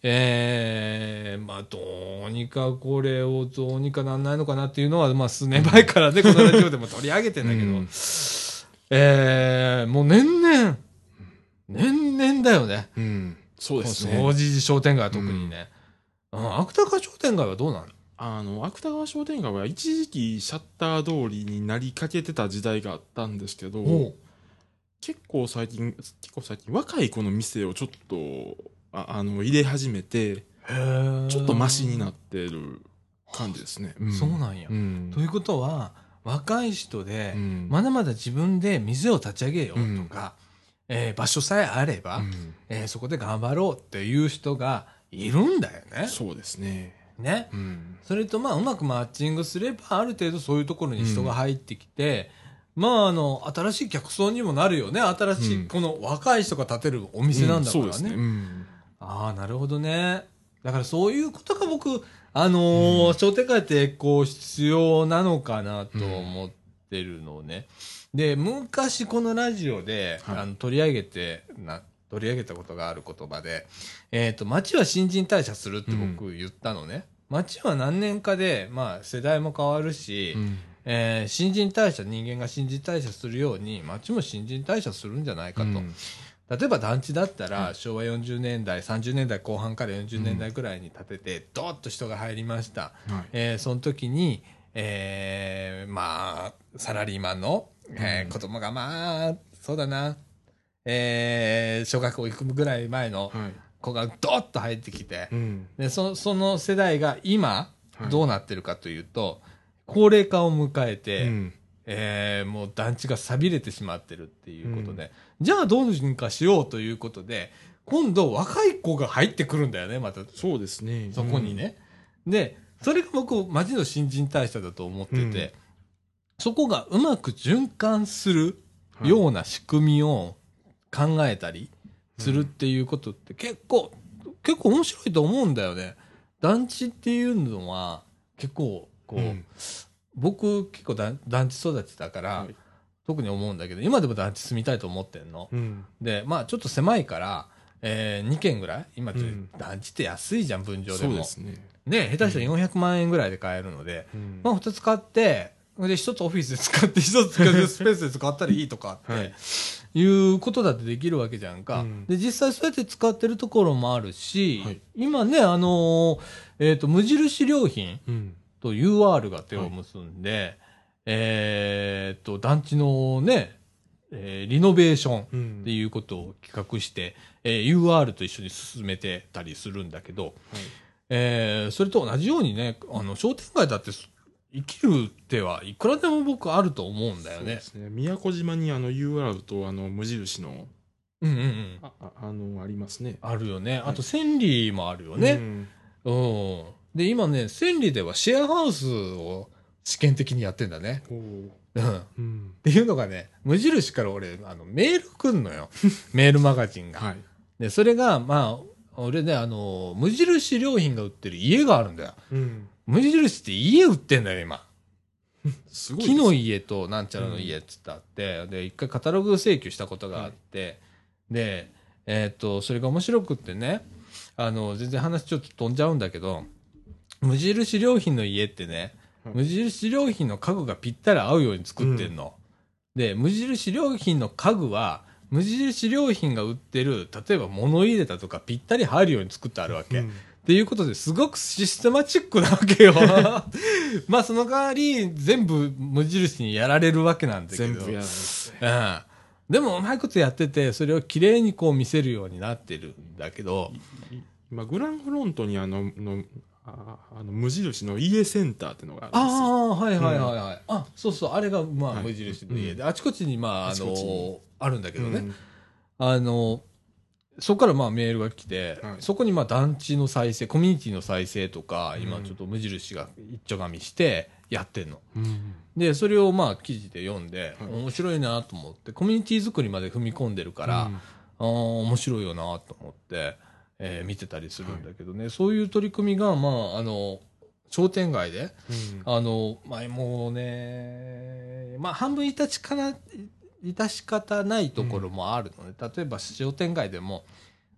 Speaker 1: えー、まあ、どうにかこれをどうにかなんないのかなっていうのは、まあ、数年前からね、このラジオでも取り上げてんだけど、うん、えー、もう年々、年々だよね。
Speaker 2: うん、そうですね。
Speaker 1: 掃除時商店街は特にね。うん、芥川商店街はどうなの？
Speaker 2: あの、芥川商店街は一時期シャッター通りになりかけてた時代があったんですけど、結構最近、結構最近若い子の店をちょっと、あ, あの入れ始めて、ちょっとマシになってる感じですね。
Speaker 1: うん、そうなんや、うん。ということは、若い人で、うん、まだまだ自分で店を立ち上げようとか、うんえー、場所さえあれば、うんえー、そこで頑張ろうっていう人がいるんだよね。
Speaker 2: そうですね。
Speaker 1: ね、うん、それとまあうまくマッチングすればある程度そういうところに人が入ってきて、うん、まああの新しい客層にもなるよね。新しい、うん、この若い人が建てるお店なんだからね。うん、そうですね、うん、ああなるほどね。だからそういうことが僕あのーうん、商店街ってこう必要なのかなと思ってるのね、うん、で昔このラジオで、はい、あの取り上げてな取り上げたことがある言葉で、えっと、街は新陳代謝するって僕言ったのね。うん、街は何年かで、まあ世代も変わるし、うんえー、新陳代謝、人間が新陳代謝するように、街も新陳代謝するんじゃないかと。うん、例えば団地だったら、はい、しょうわよんじゅうねんだい、さんじゅうねんだいこう半からよんじゅうねんだいくらいに建てて、ドーッと人が入りました。はいえー、その時に、えー、まあ、サラリーマンの、えーうん、子供がまあ、そうだな、えー、小学校行くぐらい前の子がドッと入ってきて、はいで そ, その世代が今どうなってるかというと、はい、高齢化を迎えて、うんえー、もう団地が寂れてしまってるっていうことで、うん、じゃあどうにかしようということで今度若い子が入ってくるんだよねまた。
Speaker 2: そうですね。
Speaker 1: そこにね、うん、でそれが僕街の新陳代謝だと思ってて、うん、そこがうまく循環するような仕組みを考えたりするっていうことって結構、うん、結構面白いと思うんだよね。団地っていうのは結構こう、うん、僕結構団地育ちだから、はい、特に思うんだけど今でも団地住みたいと思ってんの、うん、でまあちょっと狭いから、えー、にけんぐらい今、うん、団地って安いじゃん分譲でも。そうですね。ね下手したらよんひゃくまんえんぐらいで買えるので、うん、まあふたつ買ってで一つオフィスで使って一つスペースで使ったらいいとかって、はいいうことだってできるわけじゃんか、うん、で実際そうやって使ってるところもあるし、はい、今ねあのーえーと無印良品と ユーアール が手を結んで、はい、えーと団地のね、えー、リノベーションっていうことを企画して、うんえー、ユーアール と一緒に進めてたりするんだけど、はいえー、それと同じようにねあの商店街だって生きる手はいくらでも僕あると思うんだよね。そうですね。
Speaker 2: 宮古島にあの ユーアール とあの無印の、
Speaker 1: うんうんうん。
Speaker 2: あ、あ、あの、ありますね。
Speaker 1: あるよね。あと千里もあるよね。うん。うん、で、今ね、千里ではシェアハウスを試験的にやってんだね。うん。うん。っていうのがね、無印から俺、あの、メール来んのよ。メールマガジンが。はい。で、それが、まあ、俺ね、あの、無印良品が売ってる家があるんだよ。うん。無印って家売ってんだよ、今。すごい。木の家となんちゃらの家っつってあって、うん、で、一回カタログ請求したことがあって、うん、で、えっと、それが面白くってね、あの、全然話ちょっと飛んじゃうんだけど、無印良品の家ってね、うん、無印良品の家具がぴったり合うように作ってんの。うん、で、無印良品の家具は、無印良品が売ってる、例えば物入れたとかぴったり入るように作ってあるわけ。うんっていうことですごくシステマチックなわけよ。まあその代わり全部無印にやられるわけなんだけど。全部やられる、ね。うん。でもうまいことやってて、それを綺麗にこう見せるようになってるんだけど。
Speaker 2: 今グランフロントにあの、のああの無印の家センターっていうのがあるんですよ。
Speaker 1: ああ、はいはいはいはい。うん、あ、そうそう、あれがまあ無印の家で、はい、あちこちにまあ、あの、あるんだけどね。うん、あの、そこからまあメールが来て、はい、そこにまあ団地の再生、コミュニティの再生とか、今ちょっと無印が一丁紙してやってんの。うん、で、それをまあ記事で読んで、はい、面白いなと思って、コミュニティ作りまで踏み込んでるから、うん、ああ、面白いよなと思って、えー、見てたりするんだけどね、はい、そういう取り組みが、まあ、あの、商店街で、うん、あの、まあ、もうね、まあ、半分いたちかな、致し方ないところもあるので、うん、例えば商店街でも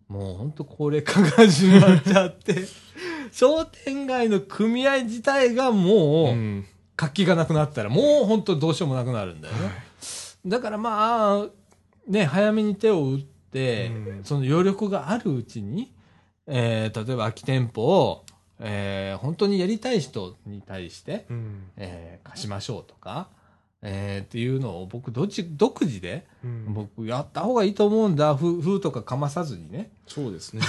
Speaker 1: もうほんと高齢化が始まっちゃって、商店街の組合自体がもう、活気がなくなったら、もうほんとどうしようもなくなるんだよね。はい、だからまあ、ね、早めに手を打って、うん、その余力があるうちに、えー、例えば空き店舗を、えー、本当にやりたい人に対して、うんえー、貸しましょうとか、えー、っていうのを僕どっち独自で、うん、僕やった方がいいと思うんだ。風風とかかまさずにね。
Speaker 2: そうですね。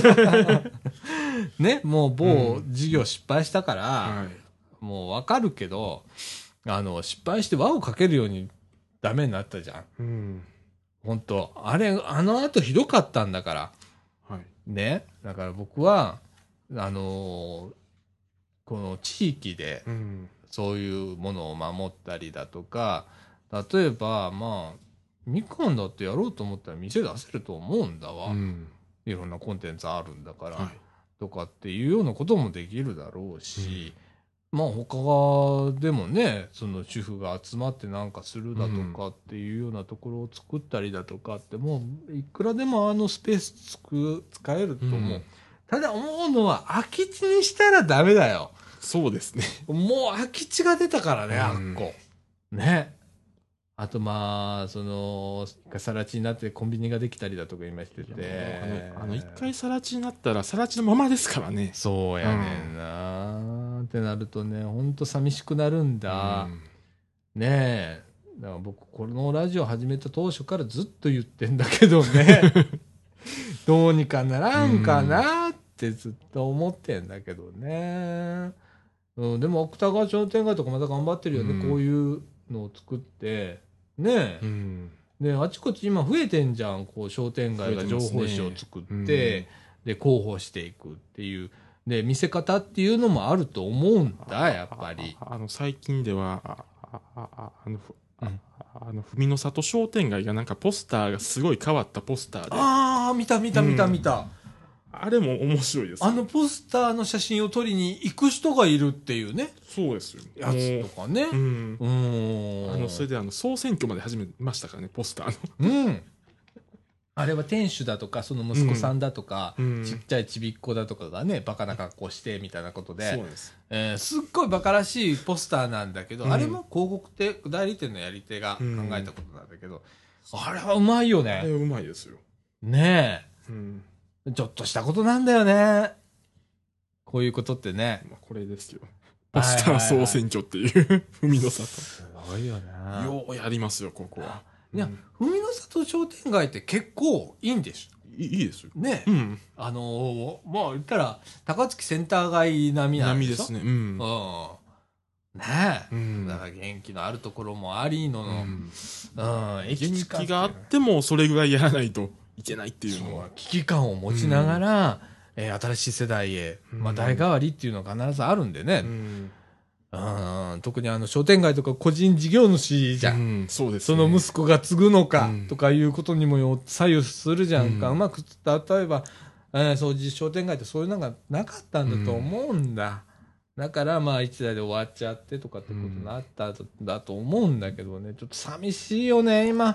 Speaker 1: ね、もう某事業失敗したから、うんはい、もうわかるけど、あの失敗して輪をかけるようにダメになったじゃん。うん、本当あれあの後ひどかったんだから。はい、ね、だから僕はあのー、この地域で。うんそういうものを守ったりだとか、例えば、まあ、みかんだってやろうと思ったら店出せると思うんだわ。うん、いろんなコンテンツあるんだから、はい、とかっていうようなこともできるだろうし、うん、まあ他でもね、その主婦が集まってなんかするだとかっていうようなところを作ったりだとかって、もういくらでもあのスペースつく使えると思う。うん、ただ思うのは空き地にしたらダメだよ。
Speaker 2: そうですね。
Speaker 1: もう空き地が出たからね、あっこ。ね。あとまあ、その、さら地になってコンビニができたりだとか今してて。
Speaker 2: あの、一回さら地になったらさら地のままですからね。
Speaker 1: そうやねんな、うん、ってなるとね、ほんと寂しくなるんだ。うん、ねえ。だから僕、このラジオ始めた当初からずっと言ってんだけどね。どうにかならんかなってずっと思ってんだけどね。うん、でも芥川商店街とかまた頑張ってるよね、うん、こういうのを作ってねえ、うん、であちこち今増えてんじゃん、こう商店街が情報誌を作って、ねうん、で広報していくっていうで見せ方っていうのもあると思うんだ、やっぱり。
Speaker 2: ああの最近ではああああのあ、うん、あの文の里商店街がなんかポスターがすごい変わったポスターで、
Speaker 1: ああ見た見た見た見た、うん
Speaker 2: あれも面白いです、
Speaker 1: ね、あのポスターの写真を撮りに行く人がいるっていうね。
Speaker 2: そうですよ。
Speaker 1: やつとかね。うん。
Speaker 2: うんあの、それであの、総選挙まで始めましたからね、ポスターの。
Speaker 1: うん。あれは店主だとか、その息子さんだとか、うん、ちっちゃいちびっ子だとかがね、バカな格好してみたいなことで。そうです。えー、すっごいバカらしいポスターなんだけど、うん、あれも広告手代理店のやり手が考えたことなんだけど、うん、あれはうまいよね。あれ
Speaker 2: はうまいですよ。
Speaker 1: ねえ。うんちょっとしたことなんだよね。こういうことってね。
Speaker 2: まあこれですよ。ポスター総選挙っていう、文の里。
Speaker 1: すごいよね。
Speaker 2: ようやりますよ、ここは。
Speaker 1: いや、文の里商店街って結構いいんです。
Speaker 2: いいですよ。
Speaker 1: ね。うん。あのー、まあ言ったら、高槻センター街並みなんでしょ。並みですね。うん。うん。ねえ、うん、だから元気のあるところもありのの、うん、
Speaker 2: うん、駅元気があってもそれぐらいやらないといけないっていうのは
Speaker 1: 危機感を持ちながら、うんえー、新しい世代へ、まあ、代替わりっていうのが必ずあるんでね、うんうん、特にあの商店街とか個人事業主じゃん、うん、そうですね、その息子が継ぐのかとかいうことにも左右するじゃんか、うん、うまく例えば、えー、掃除商店街ってそういうのがなかったんだと思うんだ、うん、だからまあ一台で終わっちゃってとかってことになったんだと思うんだけどね、ちょっと寂しいよね今、うん、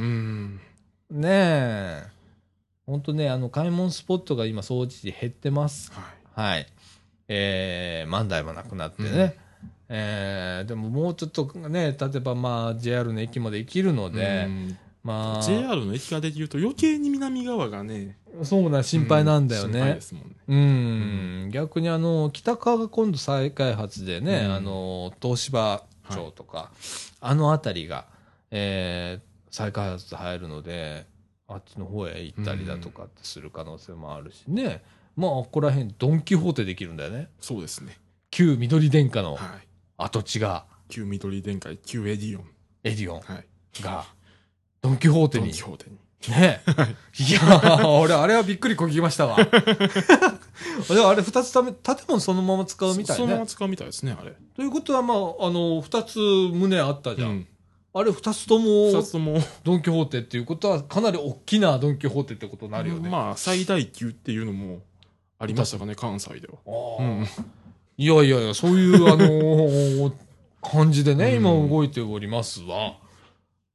Speaker 1: ねえ本当ねあの買い物スポットが今掃除時減ってます、はい、はい、えー、万台もなくなってね、うんえー、でももうちょっとね例えばまあ ジェイアール の駅まで行けるので、うんまあ、
Speaker 2: ジェイアール の駅ができると余計に南側がね
Speaker 1: そうな心配なんだよね、うん、心配
Speaker 2: ですもんね、
Speaker 1: うん、うん、逆にあの北川が今度再開発でね、うん、あの東芝町とか、はい、あの辺りが、えー、再開発入るのであっちの方へ行ったりだとかってする可能性もあるしね、うん、まあここら辺ドン・キホーテできるんだよね。
Speaker 2: そうですね、
Speaker 1: 旧緑電化の跡地が、はい、
Speaker 2: 旧緑電化旧エディオン
Speaker 1: エディオンがドン・キホーテに、
Speaker 2: ドンキホーテに
Speaker 1: ねいやー俺あれはびっくりこきましたわでもあれふたつため建物そのまま使うみたいね。
Speaker 2: そのまま使うみたいですねあれ。
Speaker 1: ということはまああのふたつ棟あったじゃん、うん、あれふたつとも
Speaker 2: ふたつとも
Speaker 1: ドン・キホーテっていうことはかなり大きなドン・キホーテってことになるよね。
Speaker 2: まあ最大級っていうのもありましたかね関西では。あ、うん、
Speaker 1: いやいやいやそういうあのー、感じでね、うん、今動いておりますわ。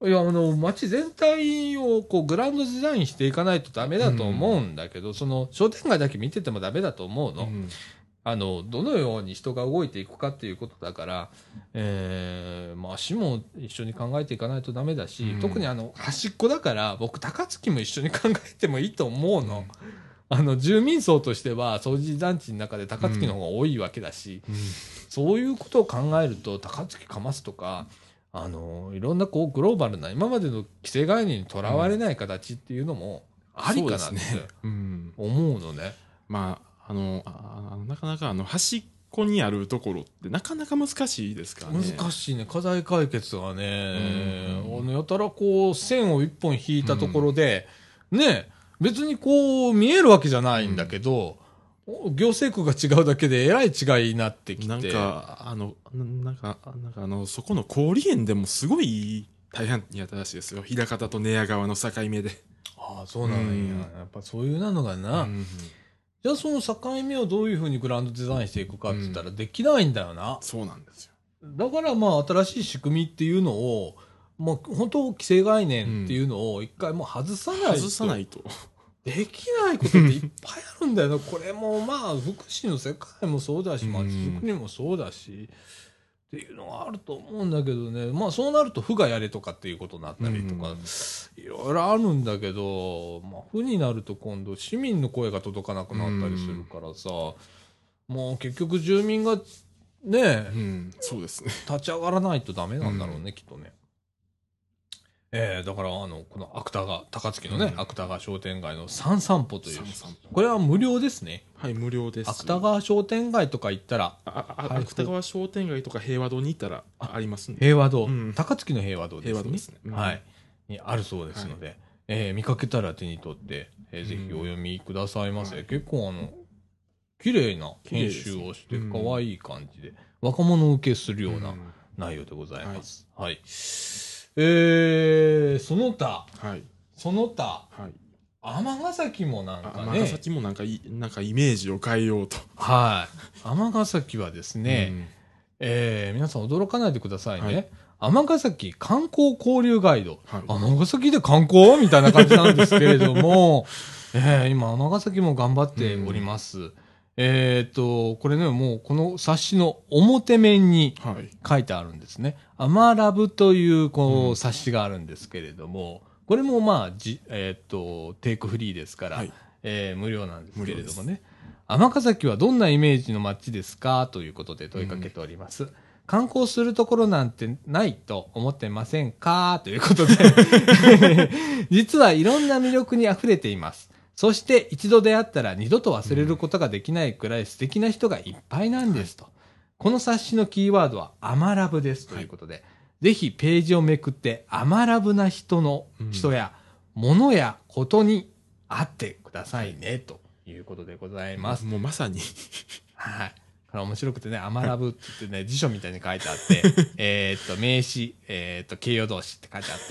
Speaker 1: いや、あの、街全体をこうグラウンドデザインしていかないとダメだと思うんだけど、うん、その商店街だけ見ててもダメだと思うの。うん、あの、どのように人が動いていくかっていうことだから、えー、まあ、市も一緒に考えていかないとダメだし、うん、特にあの、端っこだから、僕、高槻も一緒に考えてもいいと思うの。うん、あの、住民層としては、掃除団地の中で高槻の方が多いわけだし、うん、そういうことを考えると、高槻かますとか、あの、いろんなこう、グローバルな、今までの規制概念にとらわれない形っていうのも、ありかなって思うのね。
Speaker 2: まあ、あの、あなかなかあの、端っこにあるところってなかなか難しいですからね。
Speaker 1: 難しいね。課題解決がね、うん、あのやたらこう、線を一本引いたところで、うん、ね、別にこう、見えるわけじゃないんだけど、うん、行政区が違うだけでえらい違いになってきて。
Speaker 2: なんか、あの、なんか、なんかあの、そこの郡園でもすごい大変にやったらしいですよ。枚方と寝屋川の境目で。
Speaker 1: ああ、そうなんや、うん。やっぱそういうなのがな。うんじゃあその境目をどういうふうにグラウンドデザインしていくかって言ったらできないんだよな。
Speaker 2: うん、そうなんですよ。
Speaker 1: だからまあ新しい仕組みっていうのを、まあ本当規制概念っていうのを一回もう外さないと。
Speaker 2: 外さないと。
Speaker 1: できないことっていっぱいあるんだよな。これもまあ福祉の世界もそうだし、街づくりもそうだし、っていうのがあると思うんだけどね。まあそうなると府がやれとかっていうことになったりとか、いろいろあるんだけど、まあ府になると今度市民の声が届かなくなったりするからさ、もう結局住民がね、
Speaker 2: うん、そうですね。
Speaker 1: 立ち上がらないとダメなんだろうね、うん、きっとね。えー、だからあの、この芥川、高槻のね、うん、芥川商店街の三散歩という。これは無料ですね。
Speaker 2: はい、無料です。
Speaker 1: 芥川商店街とか行ったら。
Speaker 2: あ、あ、芥川商店街とか平和堂に行ったらありますね。
Speaker 1: 平和堂、うん。高槻の平和堂ですね。
Speaker 2: 平和堂ですね。
Speaker 1: うん、はい。にあるそうですので、はい、えー、見かけたら手に取って、えー、ぜひお読みくださいませ。うん、結構あの、綺麗な編集をして、可愛い感じで、うん、若者受けするような内容でございます。うん、はい。はいえー、その他、
Speaker 2: はい、
Speaker 1: その他、尼、はい、崎もなんかね。
Speaker 2: 尼崎もなんかい、なんかイメージを変えようと。
Speaker 1: はい。尼崎はですね、うん、えー、皆さん驚かないでくださいね。尼、はい、崎観光交流ガイド。尼、はい、崎で観光みたいな感じなんですけれども、えー、今、尼崎も頑張っております。うんえっと、これね、もうこの冊子の表面に書いてあるんですね。はい、アマラブというこう冊子があるんですけれども、これもまあ、じえっと、テイクフリーですから、はいえー、無料なんですけれどもね。尼崎はどんなイメージの街ですかということで問いかけております。うん、観光するところなんてないと思ってませんかということで、実はいろんな魅力に溢れています。そして一度出会ったら二度と忘れることができないくらい素敵な人がいっぱいなんですと。はい、この冊子のキーワードはアマラブですということで、はい、ぜひページをめくってアマラブな人の、うん、人や物やことに会ってくださいねということでございます。
Speaker 2: もうまさに。
Speaker 1: はい。これ面白くてね、アマラブって言ってね、辞書みたいに書いてあって、えっと、名詞、えっと、形容動詞って書いてあって、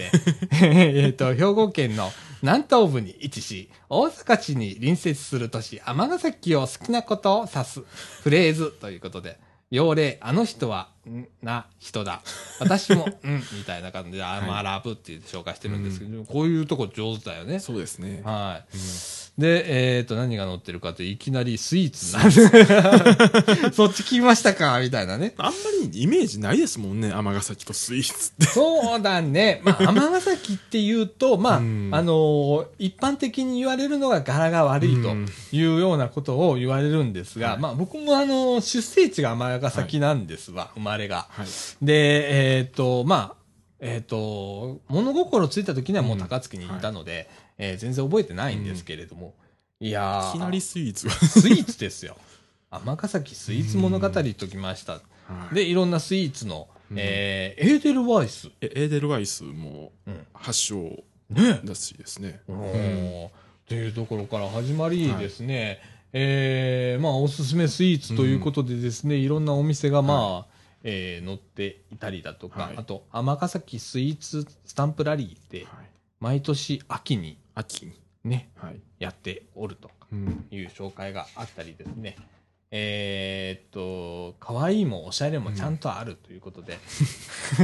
Speaker 1: えっと、兵庫県の南東部に位置し、大阪市に隣接する都市、尼崎を好きなことを指すフレーズということで、要例、あの人は、んな人だ。私も、うん、みたいな感じで、アマラブって紹介してるんですけど、うん、こういうとこ上手だよね。
Speaker 2: そうですね。
Speaker 1: はい。うんで、えっ、ー、と、何が載ってるかといきなりスイーツなんです。そっち聞きましたかみたいなね。
Speaker 2: あんまりイメージないですもんね、尼崎とスイーツって。
Speaker 1: そうだね。まあ、尼崎って言うと、まあ、あのー、一般的に言われるのが柄が悪いというようなことを言われるんですが、まあ、僕もあのー、出生地が尼崎なんですわ、はい、生まれが。はい、で、えっ、ー、と、まあ、えっ、ー、と、物心ついた時にはもう高槻にいたので、うんはいえー、全然覚えてないんですけれども。うん、いやー。
Speaker 2: いきなりスイーツは
Speaker 1: スイーツですよ。尼崎スイーツ物語ときました。はい、で、いろんなスイーツの、うん、えー、エーデルワイス。
Speaker 2: エーデルワイスも発祥らしいですね。
Speaker 1: うん。というところから始まりですね、はい、えー、まあ、おすすめスイーツということでですね、うん、いろんなお店がまあ、はいえー、載っていたりだとか、はい、あと、尼崎スイーツスタンプラリーって、はい毎年秋に、
Speaker 2: 秋に
Speaker 1: ね、はい、やっておるという紹介があったりですね。うん、えー、っと、可可愛いもおしゃれもちゃんとあるということで、うん、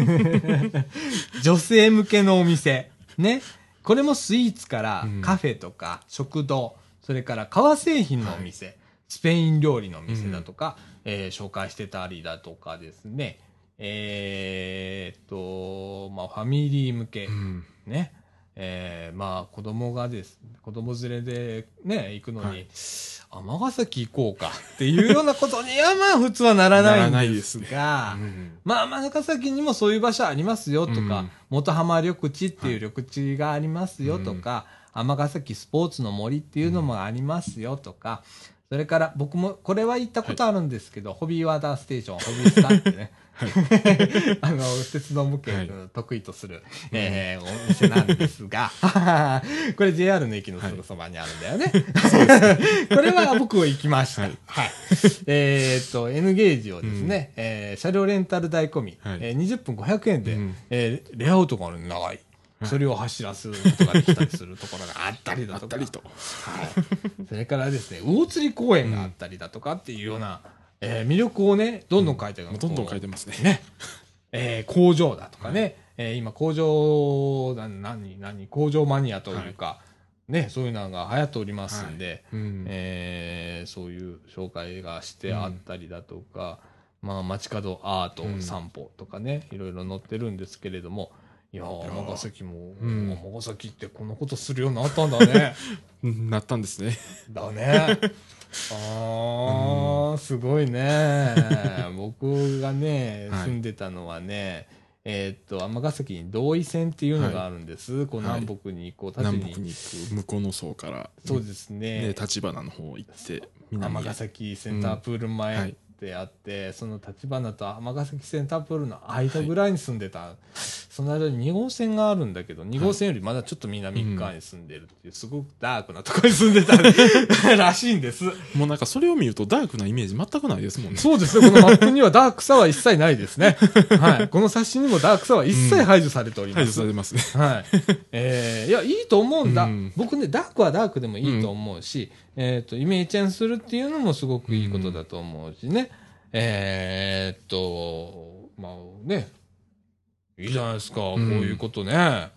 Speaker 1: 女性向けのお店ね、これもスイーツからカフェとか食堂、それから革製品のお店、はい、スペイン料理のお店だとか、うん、えー、紹介してたりだとかですね、えー、っと、まあ、ファミリー向け、うん、ね、えー、まあ、子供がです、子供連れでね、行くのに、はい、尼崎行こうかっていうようなことには、まあ、普通はならないんですが、すね、うん、まあ、尼崎にもそういう場所ありますよとか、うん、元浜緑地っていう緑地がありますよとか、尼、はい、崎スポーツの森っていうのもありますよとか、それから僕もこれは行ったことあるんですけど、はい、ホビーワーターステーション、ホビースターってね、はい、あの鉄道模型を得意とする、はい、えー、お店なんですが、これ ジェイアール の駅のすぐそばにあるんだよね。はい、これは僕行きました。はいはい、えー、っと N ゲージをですね、うん、えー、車両レンタル代込み、はい、えー、にじゅっぷんごひゃくえんで、うん、えー、レイアウトが長い。それを走らすことができたりするところがあったりだとか。あったりと。はい。それからですね、魚釣公園があったりだとかっていうような、うん、えー、魅力をね、どんどん書いてる、
Speaker 2: うん、どんどん書いてますね。
Speaker 1: ね。えー、工場だとかね、はい、えー、今工場、何、何、工場マニアというか、はい、ね、そういうのが流行っておりますんで、はい、うん、えー、そういう紹介がしてあったりだとか、うん、まあ、街角アート散歩とかね、うん、いろいろ載ってるんですけれども、いやー、尼崎も、尼、うん、崎ってこんなことするようになったんだね。
Speaker 2: なったんですね。
Speaker 1: だね。あー、うん、すごいね。僕がね、住んでたのはね、えー、っと、尼崎に同意線っていうのがあるんです。はい、こう南北にこう、縦に。
Speaker 2: 南北に行く向こうの層から。
Speaker 1: そうですね。
Speaker 2: 立花の方行って、
Speaker 1: 尼崎センタープール前、うん、はい、ってあって、その立花と尼崎センタープールの間ぐらいに住んでた、はい、その間にに号線があるんだけど、に号線よりまだちょっと南側に住んでるっていう、すごくダークなところに住んでたらしいんです。
Speaker 2: もうなんかそれを見るとダークなイメージ全くないですもんね。
Speaker 1: そうですね、このマップにはダークさは一切ないですね。はい。この冊子にもダークさは一切排除されております。うん、
Speaker 2: 排除されますね。
Speaker 1: はい。えー、いや、いいと思うんだ。うん、僕ね、ダークはダークでもいいと思うし、うん、えっと、イメージチェンするっていうのもすごくいいことだと思うしね。うん、えー、っと、まあね、いいじゃないですか、うん、こういうことね。はい。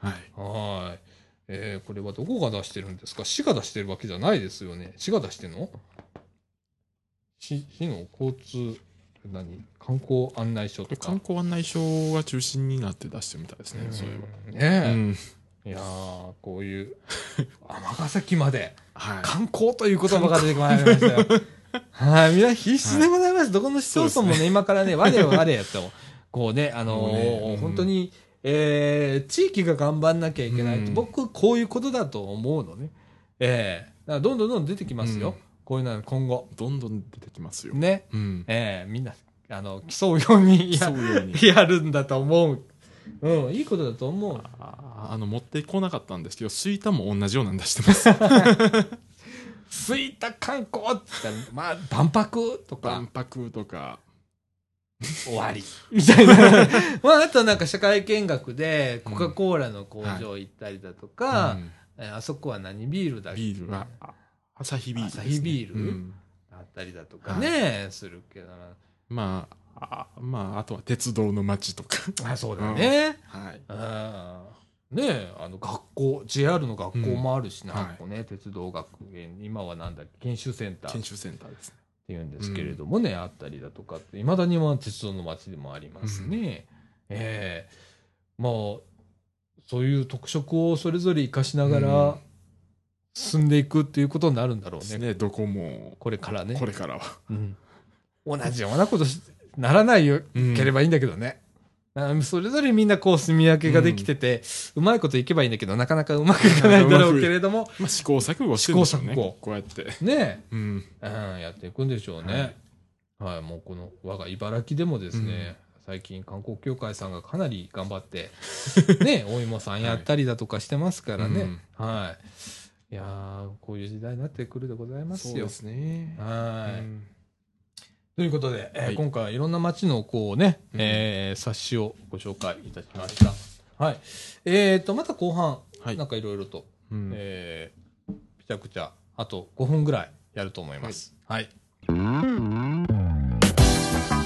Speaker 1: はい。えー、これはどこが出してるんですか？市が出してるわけじゃないですよね。市が出してるの？市、市の交通、何？観光案内所とか。
Speaker 2: 観光案内所が中心になって出してるみたいですね、それは。
Speaker 1: ねえ。うん、いやー、こういう、尼崎まで、観光という言葉が出てまいりましたよ。はい、みんな必死でございます。はい、どこの市町村もね、ね今からね、我を我やと、こうね、あのーね、うん、本当に、えー、地域が頑張んなきゃいけないと、うん、僕、こういうことだと思うのね。ええー、だからどんどんどんどん出てきますよ。うん、こういうのは今後。
Speaker 2: どんどん出てきますよ。
Speaker 1: ね。うん、ええー、みんな、あの、競うようにや、やるんだと思う。うん、いいことだと思う。
Speaker 2: あ, あの、持ってこなかったんですけど、吹田も同じようなん出してます。
Speaker 1: 吹田観光って言ったら、まあ、万博とか。
Speaker 2: 万博とか。
Speaker 1: 終わり。みたいな。まあ、あとなんか社会見学で、コカ・コーラの工場行ったりだとか、うんはい、あそこは何ビールだっけ？
Speaker 2: ビールは、アサヒビール、
Speaker 1: ね。アサヒビール、うん、だったりだとかね、はい、するけどな。
Speaker 2: まあ、あまあ、あとは鉄道の街とか。
Speaker 1: あ、そうだね。うん、はい。あねえ、あの学校、ジェイアール の学校もあるし、うん、なんかね、はい、鉄道学園、今はなんだっけ、研修センター。
Speaker 2: 研修センターですね。
Speaker 1: っていうんですけれどもね、うん、あったりだとかって、いまだには鉄道の街でもありますね。うん、ええー、まあ、そういう特色をそれぞれ生かしながら進んでいくっていうことになるんだろうね。です
Speaker 2: ね、どこも。
Speaker 1: これからね。
Speaker 2: これからは。
Speaker 1: うん、同じようなことならないよ、うん、ければいいんだけどね。それぞれみんなこう住み分けができてて、うん、うまいこといけばいいんだけど、なかなかうまくいかないだろうけれども。
Speaker 2: まあ試行錯誤してるんでしょうね。試行錯誤。こうやって。
Speaker 1: ねえ、うん。うん。やっていくんでしょうね。はい。はい、もうこの我が茨城でもですね、うん、最近観光協会さんがかなり頑張って、ね、お芋さんやったりだとかしてますからね。はい。うん、はい、いやー、こういう時代になってくるでございますよ。そう
Speaker 2: ですね。
Speaker 1: はい。うんということで、えーはい、今回はいろんな街のこうね、うんえー、冊子をご紹介いたしました。はい。えーと、また後半、はい、なんかいろいろと、うんえー、ぴちゃくちゃ、あとごふんぐらいやると思います。はい。はい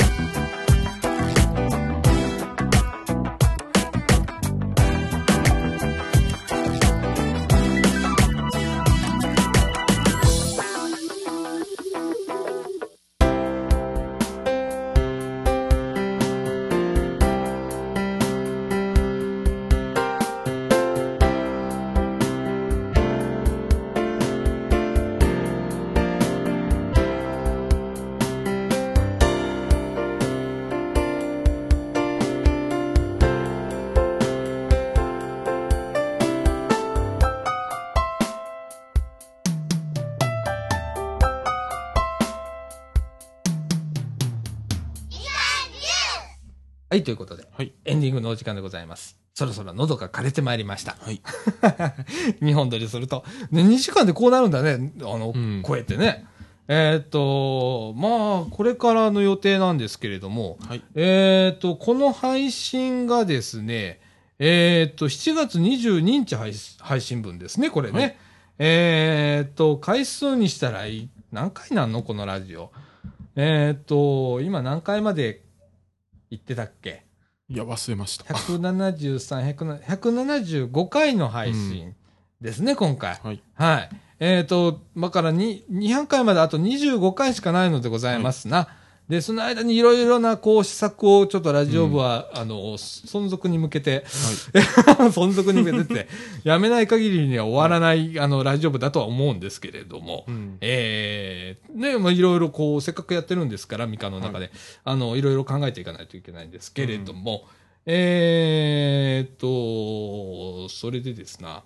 Speaker 1: はい、ということで、
Speaker 2: はい。
Speaker 1: エンディングのお時間でございます。そろそろ喉が枯れてまいりました。
Speaker 2: はい。
Speaker 1: にほん撮りすると、ね、にじかんでこうなるんだね、あの、うん、声ってね。えー、っと、まあ、これからの予定なんですけれども、はい、えー、っと、この配信がですね、えー、っと、しちがつにじゅうににち配配信分ですね、これね。はい、えー、っと、回数にしたら何回なんのこのラジオ。えー、っと、今何回まで言ってたっけ？
Speaker 2: いや、忘れました。
Speaker 1: ひゃくななじゅうさん、ひゃくななじゅうごかいの配信ですね、うん、今回。はい。はい。えっ、ー、と、だからに、にひゃっかいまであとにじゅうごかいしかないのでございますな。はい、で、その間にいろいろな、こう、施策をちょっとラジオ部は、うん、あの、存続に向けて、はい、存続に向けてって、やめない限りには終わらない、はい、あの、ラジオ部だとは思うんですけれども、うん、えー、ね、まあ、いろいろこう、せっかくやってるんですから、ミカの中で、はい、あの、いろいろ考えていかないといけないんですけれども、うん、えーっと、それでですな、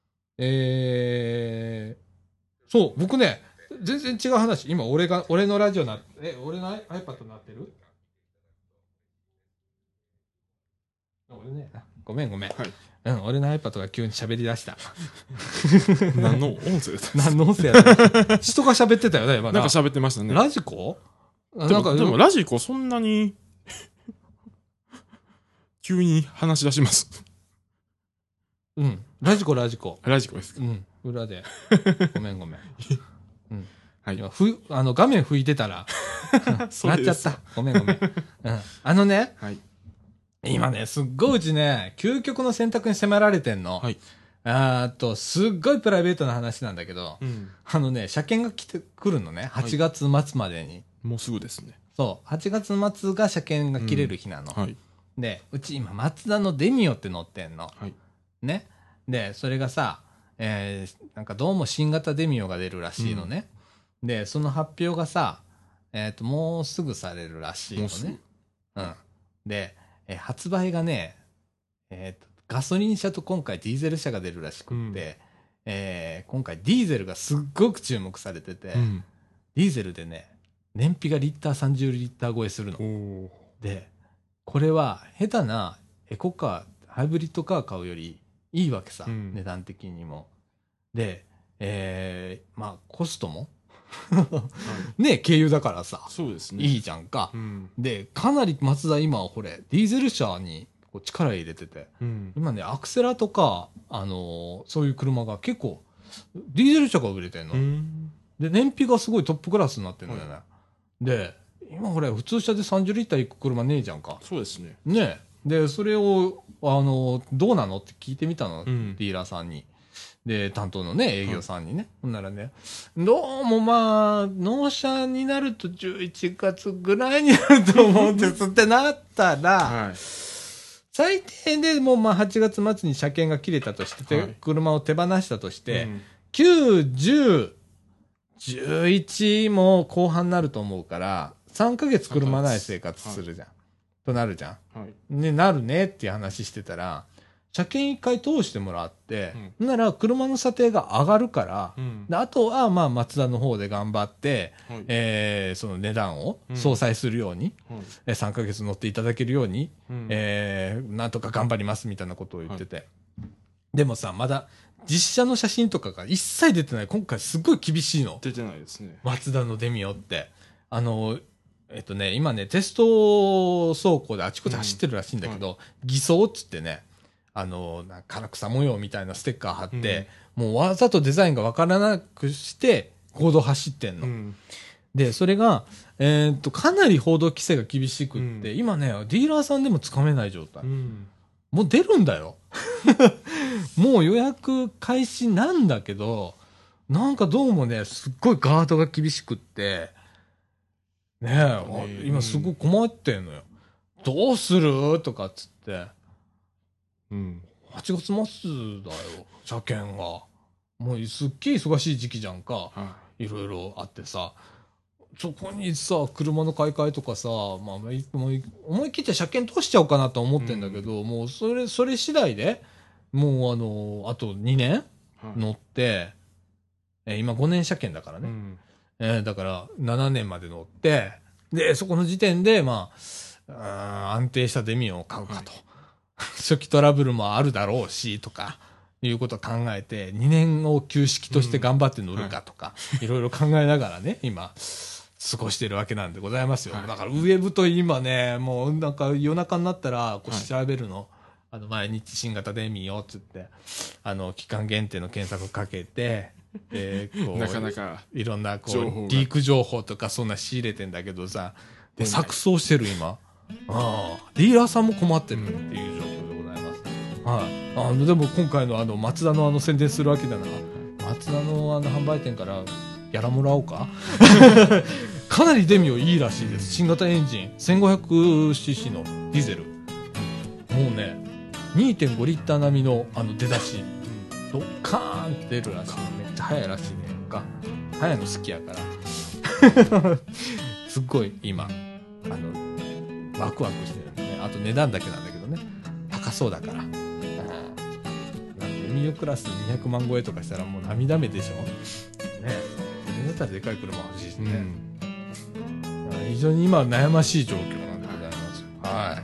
Speaker 1: えー、そう、僕ね、全然違う話。今、俺が、俺のラジオな、え、俺の iPad なってる？俺ね、ごめんごめん。はい。うん、俺の iPad が急に喋り出した。
Speaker 2: 何の音声だった？
Speaker 1: 何の音声やった人が喋ってたよね、今
Speaker 2: なんか喋ってましたね。
Speaker 1: ラジコ？
Speaker 2: なんか、でもラジコそんなに、急に話し出します。
Speaker 1: うん。ラジコ、ラジコ。
Speaker 2: ラジコですか。
Speaker 1: うん。裏で。ごめんごめん。うん。はい。ふ、あの、画面拭いてたら、なっちゃった。ごめんごめん。うん。あのね、はい。今ね、すっごいうちね、究極の選択に迫られてんの。はい。あーと、すっごいプライベートな話なんだけど、うん、あのね、車検が来てくるのね。はちがつまつまでに。はい、
Speaker 2: もうすぐですね。
Speaker 1: そう。はちがつまつが車検が切れる日なの。うん、はい。で、うち今、マツダのデミオって乗ってんの。はい。ね。で、それがさ、えー、なんかどうも新型デミオが出るらしいのね。うん、で、その発表がさ、えっと、もうすぐされるらしいのね。うん。で、えー、発売がね、えっと、ガソリン車と今回ディーゼル車が出るらしくって、うん、えー、今回ディーゼルがすっごく注目されてて、うん、ディーゼルでね、燃費がリッターさんじゅうリッター超えするの。で、これは下手なエコカー、ハイブリッドカー買うよりいいわけさ、うん、値段的にも。で、えー、まあコストもね、軽油だからさ、
Speaker 2: そうですね。
Speaker 1: いいじゃんか。うん、で、かなりマツダ今これ、ディーゼル車にこう力入れてて、うん、今ね、アクセラとか、あのー、そういう車が結構、ディーゼル車が売れてんの。うん、で、燃費がすごいトップクラスになってんのよね。はい、で、今これ普通車でさんじゅうリッターいく車ねえじゃんか。
Speaker 2: そうですね。
Speaker 1: ね。で、それを、あの、どうなのって聞いてみたの、うん、ディーラーさんに。で、担当のね、営業さんにね。ほんならね、どうもまあ、納車になるとじゅういちがつぐらいになると思うんですってなったら、はい、最低でもうまあはちがつまつに車検が切れたとして、はい、車を手放したとして、うん、きゅう、じゅう、じゅういちも後半になると思うから、さんかげつ車ない生活するじゃん。はい、となるじゃん。はい、ね、なるねっていう話してたら、車検一回通してもらって、うん、なら車の査定が上がるから、うん、であとはまあマツダの方で頑張って、はい、えー、その値段を相殺するように、うん、さんかげつ乗っていただけるように、うん、えー、なんとか頑張りますみたいなことを言ってて。はい、でもさ、まだ実車の写真とかが一切出てない。今回すごい厳しいの。
Speaker 2: 出てないですね。
Speaker 1: マツダのデミオって。あの、えっとね、今ね、テスト走行であちこち走ってるらしいんだけど、うんはい、偽装っつってね、あの、唐草模様みたいなステッカー貼って、うん、もうわざとデザインがわからなくして、公道走ってんの。うん、で、それが、えー、っと、かなり報道規制が厳しくって、うん、今ね、ディーラーさんでもつかめない状態。うん、もう出るんだよ。もう予約開始なんだけど、なんかどうもね、すっごいガードが厳しくって、ねえ、今すごい困ってんのよ。どうするとかっつって。うん。はちがつ末だよ、車検が。もうすっげえ忙しい時期じゃんか。はい。いろいろあってさ。そこにさ、車の買い替えとかさ、まあ、思い切って車検通しちゃおうかなと思ってんだけど、うん、もうそれ、それ次第で、もうあの、あとにねん乗って、はい、え今ごねん車検だからね。うん、えー、だからななねんまで乗って、で、そこの時点で、まあ、 安定したデミオンを買うかと。はい、初期トラブルもあるだろうし、とか、いうことを考えて、にねんを旧式として頑張って乗るかとか、うんはい、いろいろ考えながらね、今、過ごしているわけなんでございますよ。はい、だからウェブと今ね、もうなんか夜中になったらこう調べるの、はい、あの毎日新型デミオつって、あの期間限定の検索かけて、でこう
Speaker 2: なかなか
Speaker 1: いろんなこうリーク情報とかそんな仕入れてんだけどさ、で錯綜してる今。ああ、ディーラーさんも困ってるっていう状況でございます。はい。あのでも今回のあのマツダのあの宣伝するわけだな。マツダのあの販売店からギャラもらおうか。かなりデミオいいらしいです。新型エンジン せんごひゃくシーシー のディゼル。もうね にてんご リッター並みのあの出だし、ドッカーンって出るらしい。めっちゃ速いらしいね。か速いの好きやから。すっごい今あのワクワクしてるんでね。あと値段だけなんだけどね。高そうだから。デミオクラスにひゃくまん超えとかしたらもう涙目でしょ。ね。それだったらでかい車欲しいしね。うん非常に今悩ましい状況なんでございます。はい。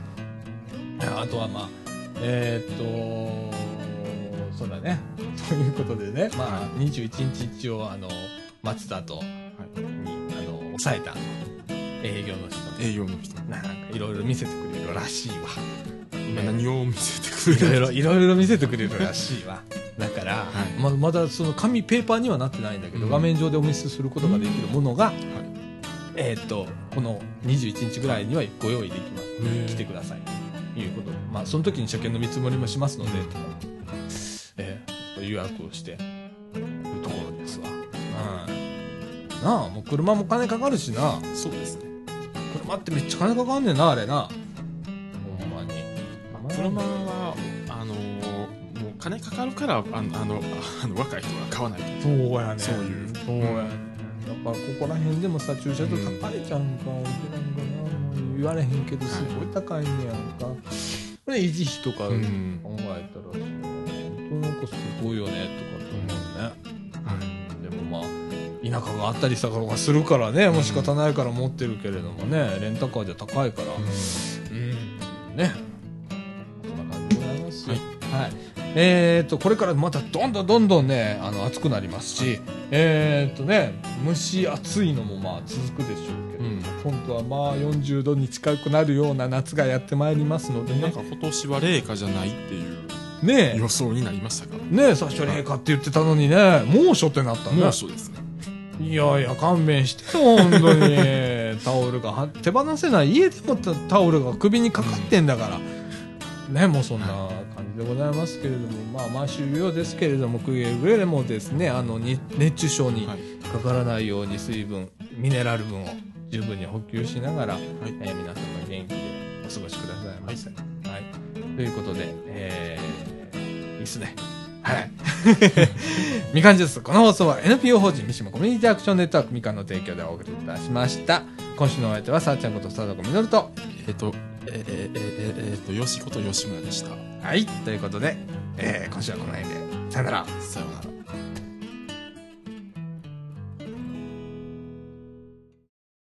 Speaker 1: あとはまあ、えー、っと、そうだね。ということでね、まあ、にじゅういちにち一応、あの、マツダと、に、あの、抑えた、営業の人。
Speaker 2: 営業の人。
Speaker 1: なんか、いろいろ見せてくれるらしいわ。
Speaker 2: 今何を見せてくれる
Speaker 1: いろいろ、いろいろ見せてくれるらしいわ。だから、はい、ま, まだその紙、ペーパーにはなってないんだけど、うん、画面上でお見せすることができるものが、はいえー、っとこのにじゅういちにちぐらいにはご用意できます。来てくださいということで、まあその時に車検の見積もりもしますので、えー、予約をしているところですわ。うん、なあもう車も金かかるしな。
Speaker 2: そうですね。
Speaker 1: 車ってめっちゃ金かかんねんなあれな。ほんまに。
Speaker 2: まあ、車はあのー、もう金かかるからあのあのあの若い人が買わないと。
Speaker 1: そうやね。
Speaker 2: そういう。
Speaker 1: そうやね。だからここら辺でもさ駐車場高いじゃんか、うん、言われへんけどすごい高いねやんか、これ維持費とか考えたら、うん、本当なんかすごいよねとかと思うね、うん、でもまあ田舎があったりしたりするからねもう仕方ないから持ってるけれどもねレンタカーじゃ高いから、うん、うん、ねそんな感じでございますよ。はい、はいえーと、これからまたどんどんどんどんね、あの、暑くなりますし、えーとね、蒸し暑いのもまあ続くでしょうけど、うん、今度はまあよんじゅうどに近くなるような夏がやってまいりますのでね。
Speaker 2: なんか今年は冷夏じゃないっていう
Speaker 1: ね
Speaker 2: 予想になりましたから。
Speaker 1: ねえ、最初冷夏って言ってたのにね、猛暑ってなったね。
Speaker 2: 猛暑ですね。
Speaker 1: いやいや、勘弁してよ、本当に。タオルが手放せない。家でもタオルが首にかかってんだから。うん、ね、もうそんな感じでございますけれども、まあ、毎週用ですけれども、くれぐれもですね、あの、熱中症にかからないように水分、ミネラル分を十分に補給しながら、はいえー、皆様元気でお過ごしくださいませ。はい。はい、ということで、えー、いいっすね。はい。みかんジュース。この放送は エヌピーオー 法人三島コミュニティアクションネットワークみかんの提供でお送りいたしました。今週のお相手はさあちゃんこと佐藤みのると、
Speaker 2: えっ、ー、と、えー、えー、えー、えー、と、よしこと吉村でした。
Speaker 1: はい。ということで、えー、今週はこの辺で。さよなら。
Speaker 2: さよなら。